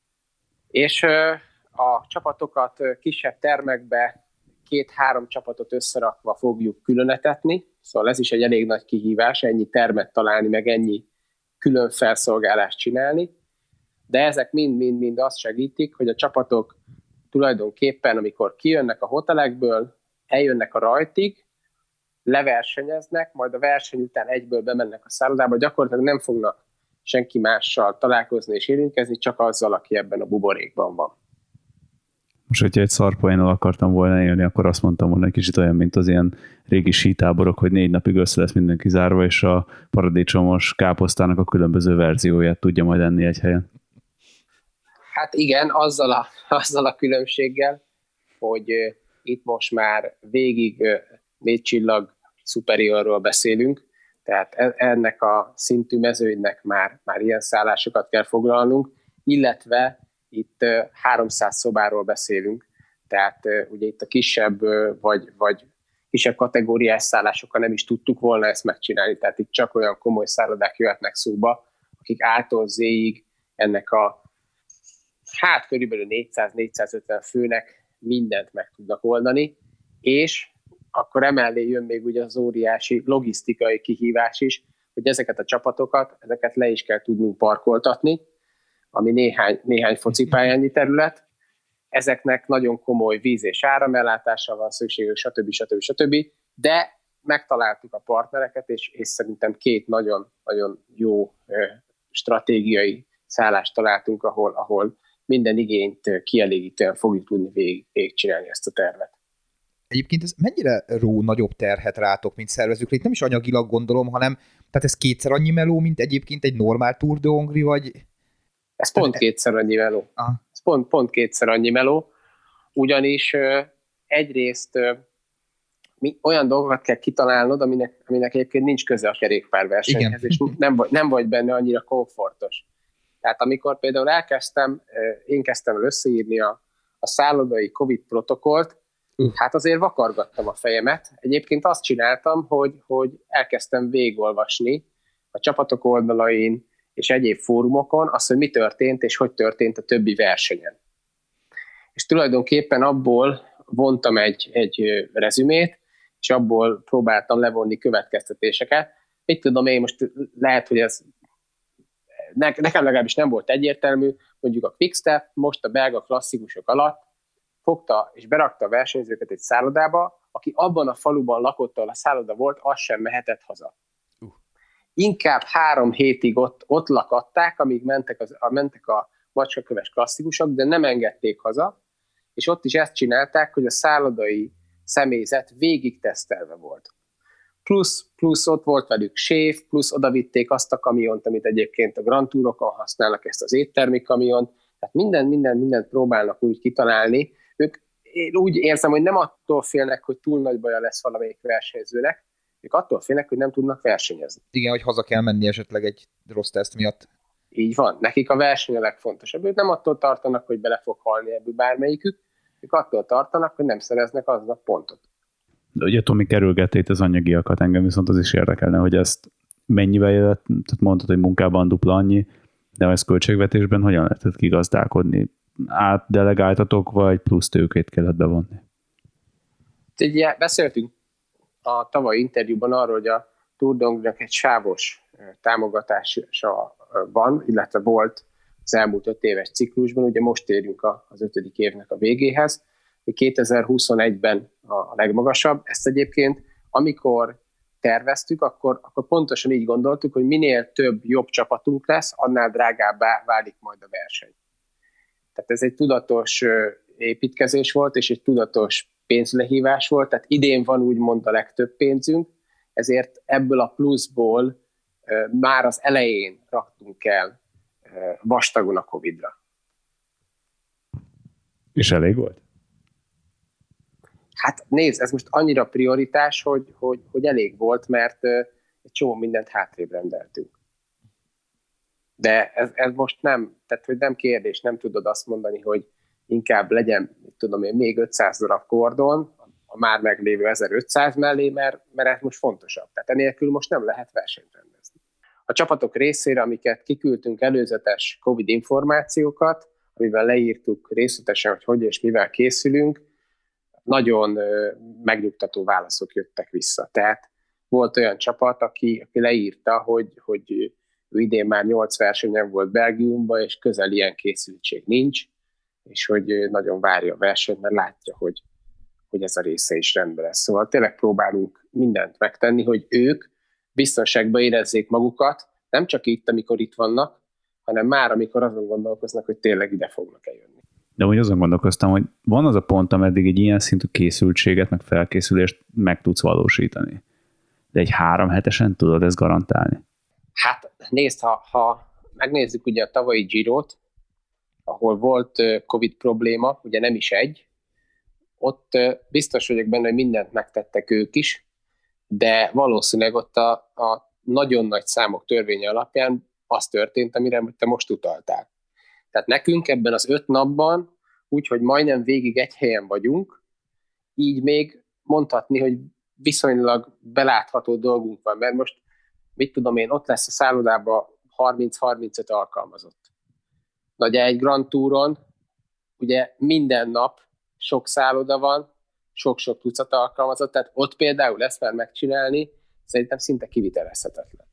és a csapatokat kisebb termekbe két-három csapatot összerakva fogjuk különetetni, szóval ez is egy elég nagy kihívás, ennyi termet találni, meg ennyi külön felszolgálást csinálni, de ezek mind-mind-mind azt segítik, hogy a csapatok tulajdonképpen, amikor kijönnek a hotelekből, eljönnek a rajtig, leversenyeznek, majd a verseny után egyből bemennek a szállodába, gyakorlatilag nem fognak senki mással találkozni és érintkezni, csak azzal, aki ebben a buborékban van. Most, hogyha egy szarpoénnal akartam volna élni, akkor azt mondtam volna, egy kicsit olyan, mint az ilyen régi sítáborok, hogy négy napig össze lesz mindenki zárva, és a paradicsomos káposztának a különböző verzióját tudja majd enni egy helyen. Hát igen, azzal a, azzal a különbséggel, hogy uh, itt most már végig uh, négy csillag superiorról beszélünk, tehát ennek a szintű mezőnynek már, már ilyen szállásokat kell foglalnunk, illetve itt uh, háromszáz szobáról beszélünk, tehát uh, ugye itt a kisebb uh, vagy, vagy kisebb kategóriás szállásokkal nem is tudtuk volna ezt megcsinálni, tehát itt csak olyan komoly szállodák jöhetnek szóba, akik A-tól Z-ig ennek a hát körülbelül négyszáz-négyszázötven főnek mindent meg tudnak oldani, és akkor emellé jön még ugye az óriási logisztikai kihívás is, hogy ezeket a csapatokat, ezeket le is kell tudnunk parkoltatni, ami néhány, néhány focipályányi terület. Ezeknek nagyon komoly víz- és áramellátással van szükségük, stb. stb. stb. De megtaláltuk a partnereket, és, és szerintem két nagyon-nagyon jó stratégiai szállást találtunk, ahol, ahol minden igényt kielégítően fogjuk tudni végig, végigcsinálni ezt a tervet. Egyébként ez mennyire ró nagyobb terhet rátok, mint szervezőkre? Itt nem is anyagilag gondolom, hanem tehát ez kétszer annyi meló, mint egyébként egy normál Tour de Hongrie, vagy... Ez pont kétszer annyi meló. Aha. Ez pont, pont kétszer annyi meló, ugyanis uh, egyrészt uh, mi, olyan dolgokat kell kitalálnod, aminek, aminek egyébként nincs köze a kerékpárversenyhez, és nem vagy, nem vagy benne annyira komfortos. Tehát amikor például elkezdtem, én kezdtem el összeírni a, a szállodai Covid protokollt, uh. hát azért vakargattam a fejemet. Egyébként azt csináltam, hogy, hogy elkezdtem végigolvasni a csapatok oldalain és egyéb fórumokon azt, hogy mi történt és hogy történt a többi versenyen. És tulajdonképpen abból vontam egy, egy rezümét, és abból próbáltam levonni következtetéseket. Mit tudom én, most lehet, hogy ez nekem legalábbis nem volt egyértelmű, mondjuk a Quickstep most a belga klasszikusok alatt fogta és berakta a versenyzőket egy szállodába, aki abban a faluban lakott, ahol a szálloda volt, az sem mehetett haza. Uh. Inkább három hétig ott, ott lakatták, amíg mentek, az, mentek a macskaköves klasszikusok, de nem engedték haza, és ott is ezt csinálták, hogy a szállodai személyzet végig tesztelve volt. Plusz, plusz ott volt velük séf, plusz odavitték azt a kamiont, amit egyébként a Grand Tourokon használnak, ezt az éttermi kamiont, tehát minden, minden, mindent próbálnak úgy kitalálni. Ők, én úgy érzem, hogy nem attól félnek, hogy túl nagy baja lesz valamelyik versenyzőnek, Ők attól félnek, hogy nem tudnak versenyezni. Igen, hogy haza kell menni esetleg egy rossz teszt miatt. Így van. Nekik a verseny a legfontosabb. Ők nem attól tartanak, hogy bele fog halni ebből bármelyikük, ők attól tartanak, hogy nem szereznek aznap pontot. De ugye Tomi kerülgette itt az anyagiakat, engem viszont az is érdekelne, hogy ezt mennyivel jött, tehát mondtad, hogy munkában dupla annyi, de ez költségvetésben hogyan lehetett kigazdálkodni? Átdelegáltatok, vagy plusz tőkét kellett bevonni? Ugye beszéltünk a tavalyi interjúban arról, hogy a Tour de Hongrie-nak egy sávos támogatása van, illetve volt az elmúlt öt éves ciklusban, ugye most érünk az ötödik évnek a végéhez, kétezer-huszonegyben a legmagasabb. Ezt egyébként, amikor terveztük, akkor, akkor pontosan így gondoltuk, hogy minél több jobb csapatunk lesz, annál drágábbá válik majd a verseny. Tehát ez egy tudatos építkezés volt, és egy tudatos pénzlehívás volt, tehát idén van úgymond a legtöbb pénzünk, ezért ebből a pluszból már az elején raktunk el vastagon a Covidra. És elég volt? Hát nézd, ez most annyira prioritás, hogy, hogy, hogy elég volt, mert egy csomó mindent hátrébb rendeltünk. De ez, ez most nem, tehát hogy nem kérdés, nem tudod azt mondani, hogy inkább legyen, tudom én, még ötszáz darab kordon, a már meglévő ezerötszáz mellé, mert, mert ez most fontosabb. Tehát enélkül most nem lehet versenyt rendezni. A csapatok részére, amiket kiküldtünk előzetes Covid információkat, amivel leírtuk részletesen, hogy hogy és mivel készülünk, nagyon megnyugtató válaszok jöttek vissza. Tehát volt olyan csapat, aki, aki leírta, hogy, hogy ő idén már nyolc versenyen volt Belgiumban, és közel ilyen készültség nincs, és hogy nagyon várja a versenyt, mert látja, hogy, hogy ez a része is rendben lesz. Szóval tényleg próbálunk mindent megtenni, hogy ők biztonságban érezzék magukat, nem csak itt, amikor itt vannak, hanem már, amikor azon gondolkoznak, hogy tényleg ide fognak eljönni. De úgy azon gondolkoztam, hogy van az a pont, ameddig egy ilyen szintű készültséget, meg felkészülést meg tudsz valósítani. De egy három hetesen tudod ezt garantálni? Hát nézd, ha, ha megnézzük ugye a tavalyi Girot, ahol volt Covid probléma, ugye nem is egy, ott biztos vagyok benne, hogy mindent megtettek ők is, de valószínűleg ott a, a nagyon nagy számok törvénye alapján az történt, amire te most utaltál. Tehát nekünk ebben az öt napban, úgyhogy majdnem végig egy helyen vagyunk, így még mondhatni, hogy viszonylag belátható dolgunk van, mert most, mit tudom én, ott lesz a szállodában harminc-harmincöt alkalmazott. Na ugye egy Grand Touron, ugye minden nap sok szálloda van, sok-sok tucat alkalmazott, tehát ott például ezt már megcsinálni, szerintem szinte kivitelezhetetlen.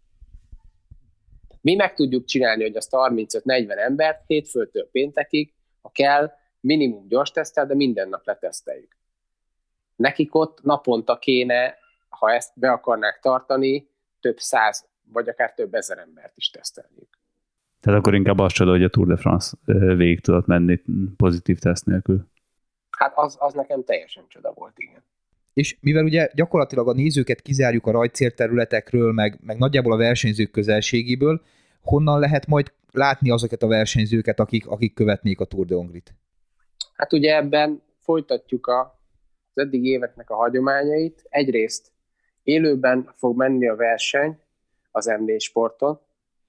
Mi meg tudjuk csinálni, hogy azt harmincöt-negyven embert hétfőtől péntekig, ha kell, minimum gyors tesztel, de minden nap leteszteljük. Nekik ott naponta kéne, ha ezt be akarnák tartani, több száz, vagy akár több ezer embert is tesztelniük. Tehát akkor inkább azt csoda, hogy a Tour de France végig tudott menni pozitív teszt nélkül. Hát az, az nekem teljesen csoda volt, igen. És mivel ugye gyakorlatilag a nézőket kizárjuk a rajtcélterületekről, meg, meg nagyjából a versenyzők közelségéből, honnan lehet majd látni azokat a versenyzőket, akik, akik követnék a Tour de Hongrie-t? Hát ugye ebben folytatjuk a, az eddig éveknek a hagyományait. Egyrészt élőben fog menni a verseny az em négy Sporton,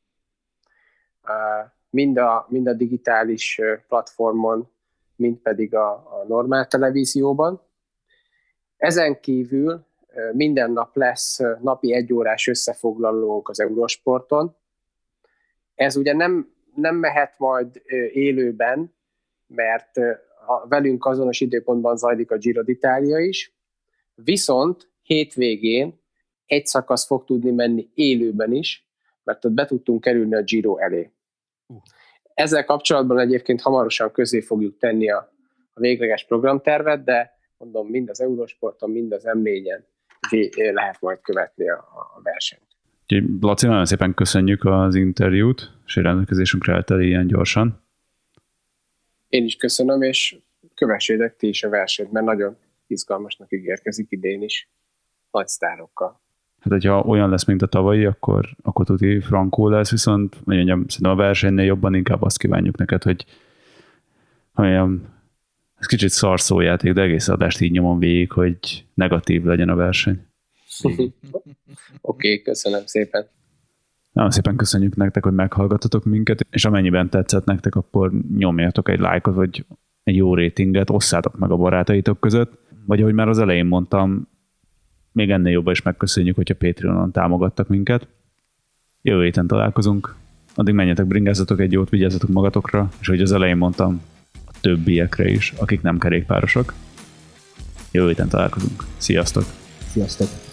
mind a, mind a digitális platformon, mind pedig a, a normál televízióban. Ezen kívül minden nap lesz napi egyórás összefoglalónk az Eurosporton. Ez ugye nem, nem mehet majd élőben, mert a velünk azonos időpontban zajlik a Giro d'Italia is, viszont hétvégén egy szakasz fog tudni menni élőben is, mert ott be tudtunk kerülni a Giro elé. Ezzel kapcsolatban egyébként hamarosan közé fogjuk tenni a, a végleges programtervet, de mondom, mind az Eurosporton, mind az em négyen lehet majd követni a, a versenyt. Laci, nagyon szépen köszönjük az interjút, és egy rendelkezésünkre elteli ilyen gyorsan. Én is köszönöm, és kövessétek ti is a versenyt, mert nagyon izgalmasnak ígérkezik idén is, nagy sztárokkal. Hát, hogyha olyan lesz, mint a tavalyi, akkor, akkor tuti frankó lesz, viszont mondjam, szerintem a versenynél jobban inkább azt kívánjuk neked, hogy mondjam, ez kicsit szarszójáték, de egész adást így nyomom végig, hogy negatív legyen a verseny. Oké, okay, köszönöm szépen. Nagyon szépen köszönjük nektek, hogy meghallgattatok minket, és amennyiben tetszett nektek, akkor nyomjatok egy lájkot, vagy egy jó ratinget, osszátok meg a barátaitok között, vagy ahogy már az elején mondtam, még ennél jobban is megköszönjük, hogyha Patreonon támogattak minket. Jövő héten találkozunk, addig menjetek, bringázzatok egy jót, vigyázzatok magatokra, és ahogy az elején mondtam, a többiekre is, akik nem kerékpárosok. Jövő héten találkozunk. Sziasztok! Sziasztok!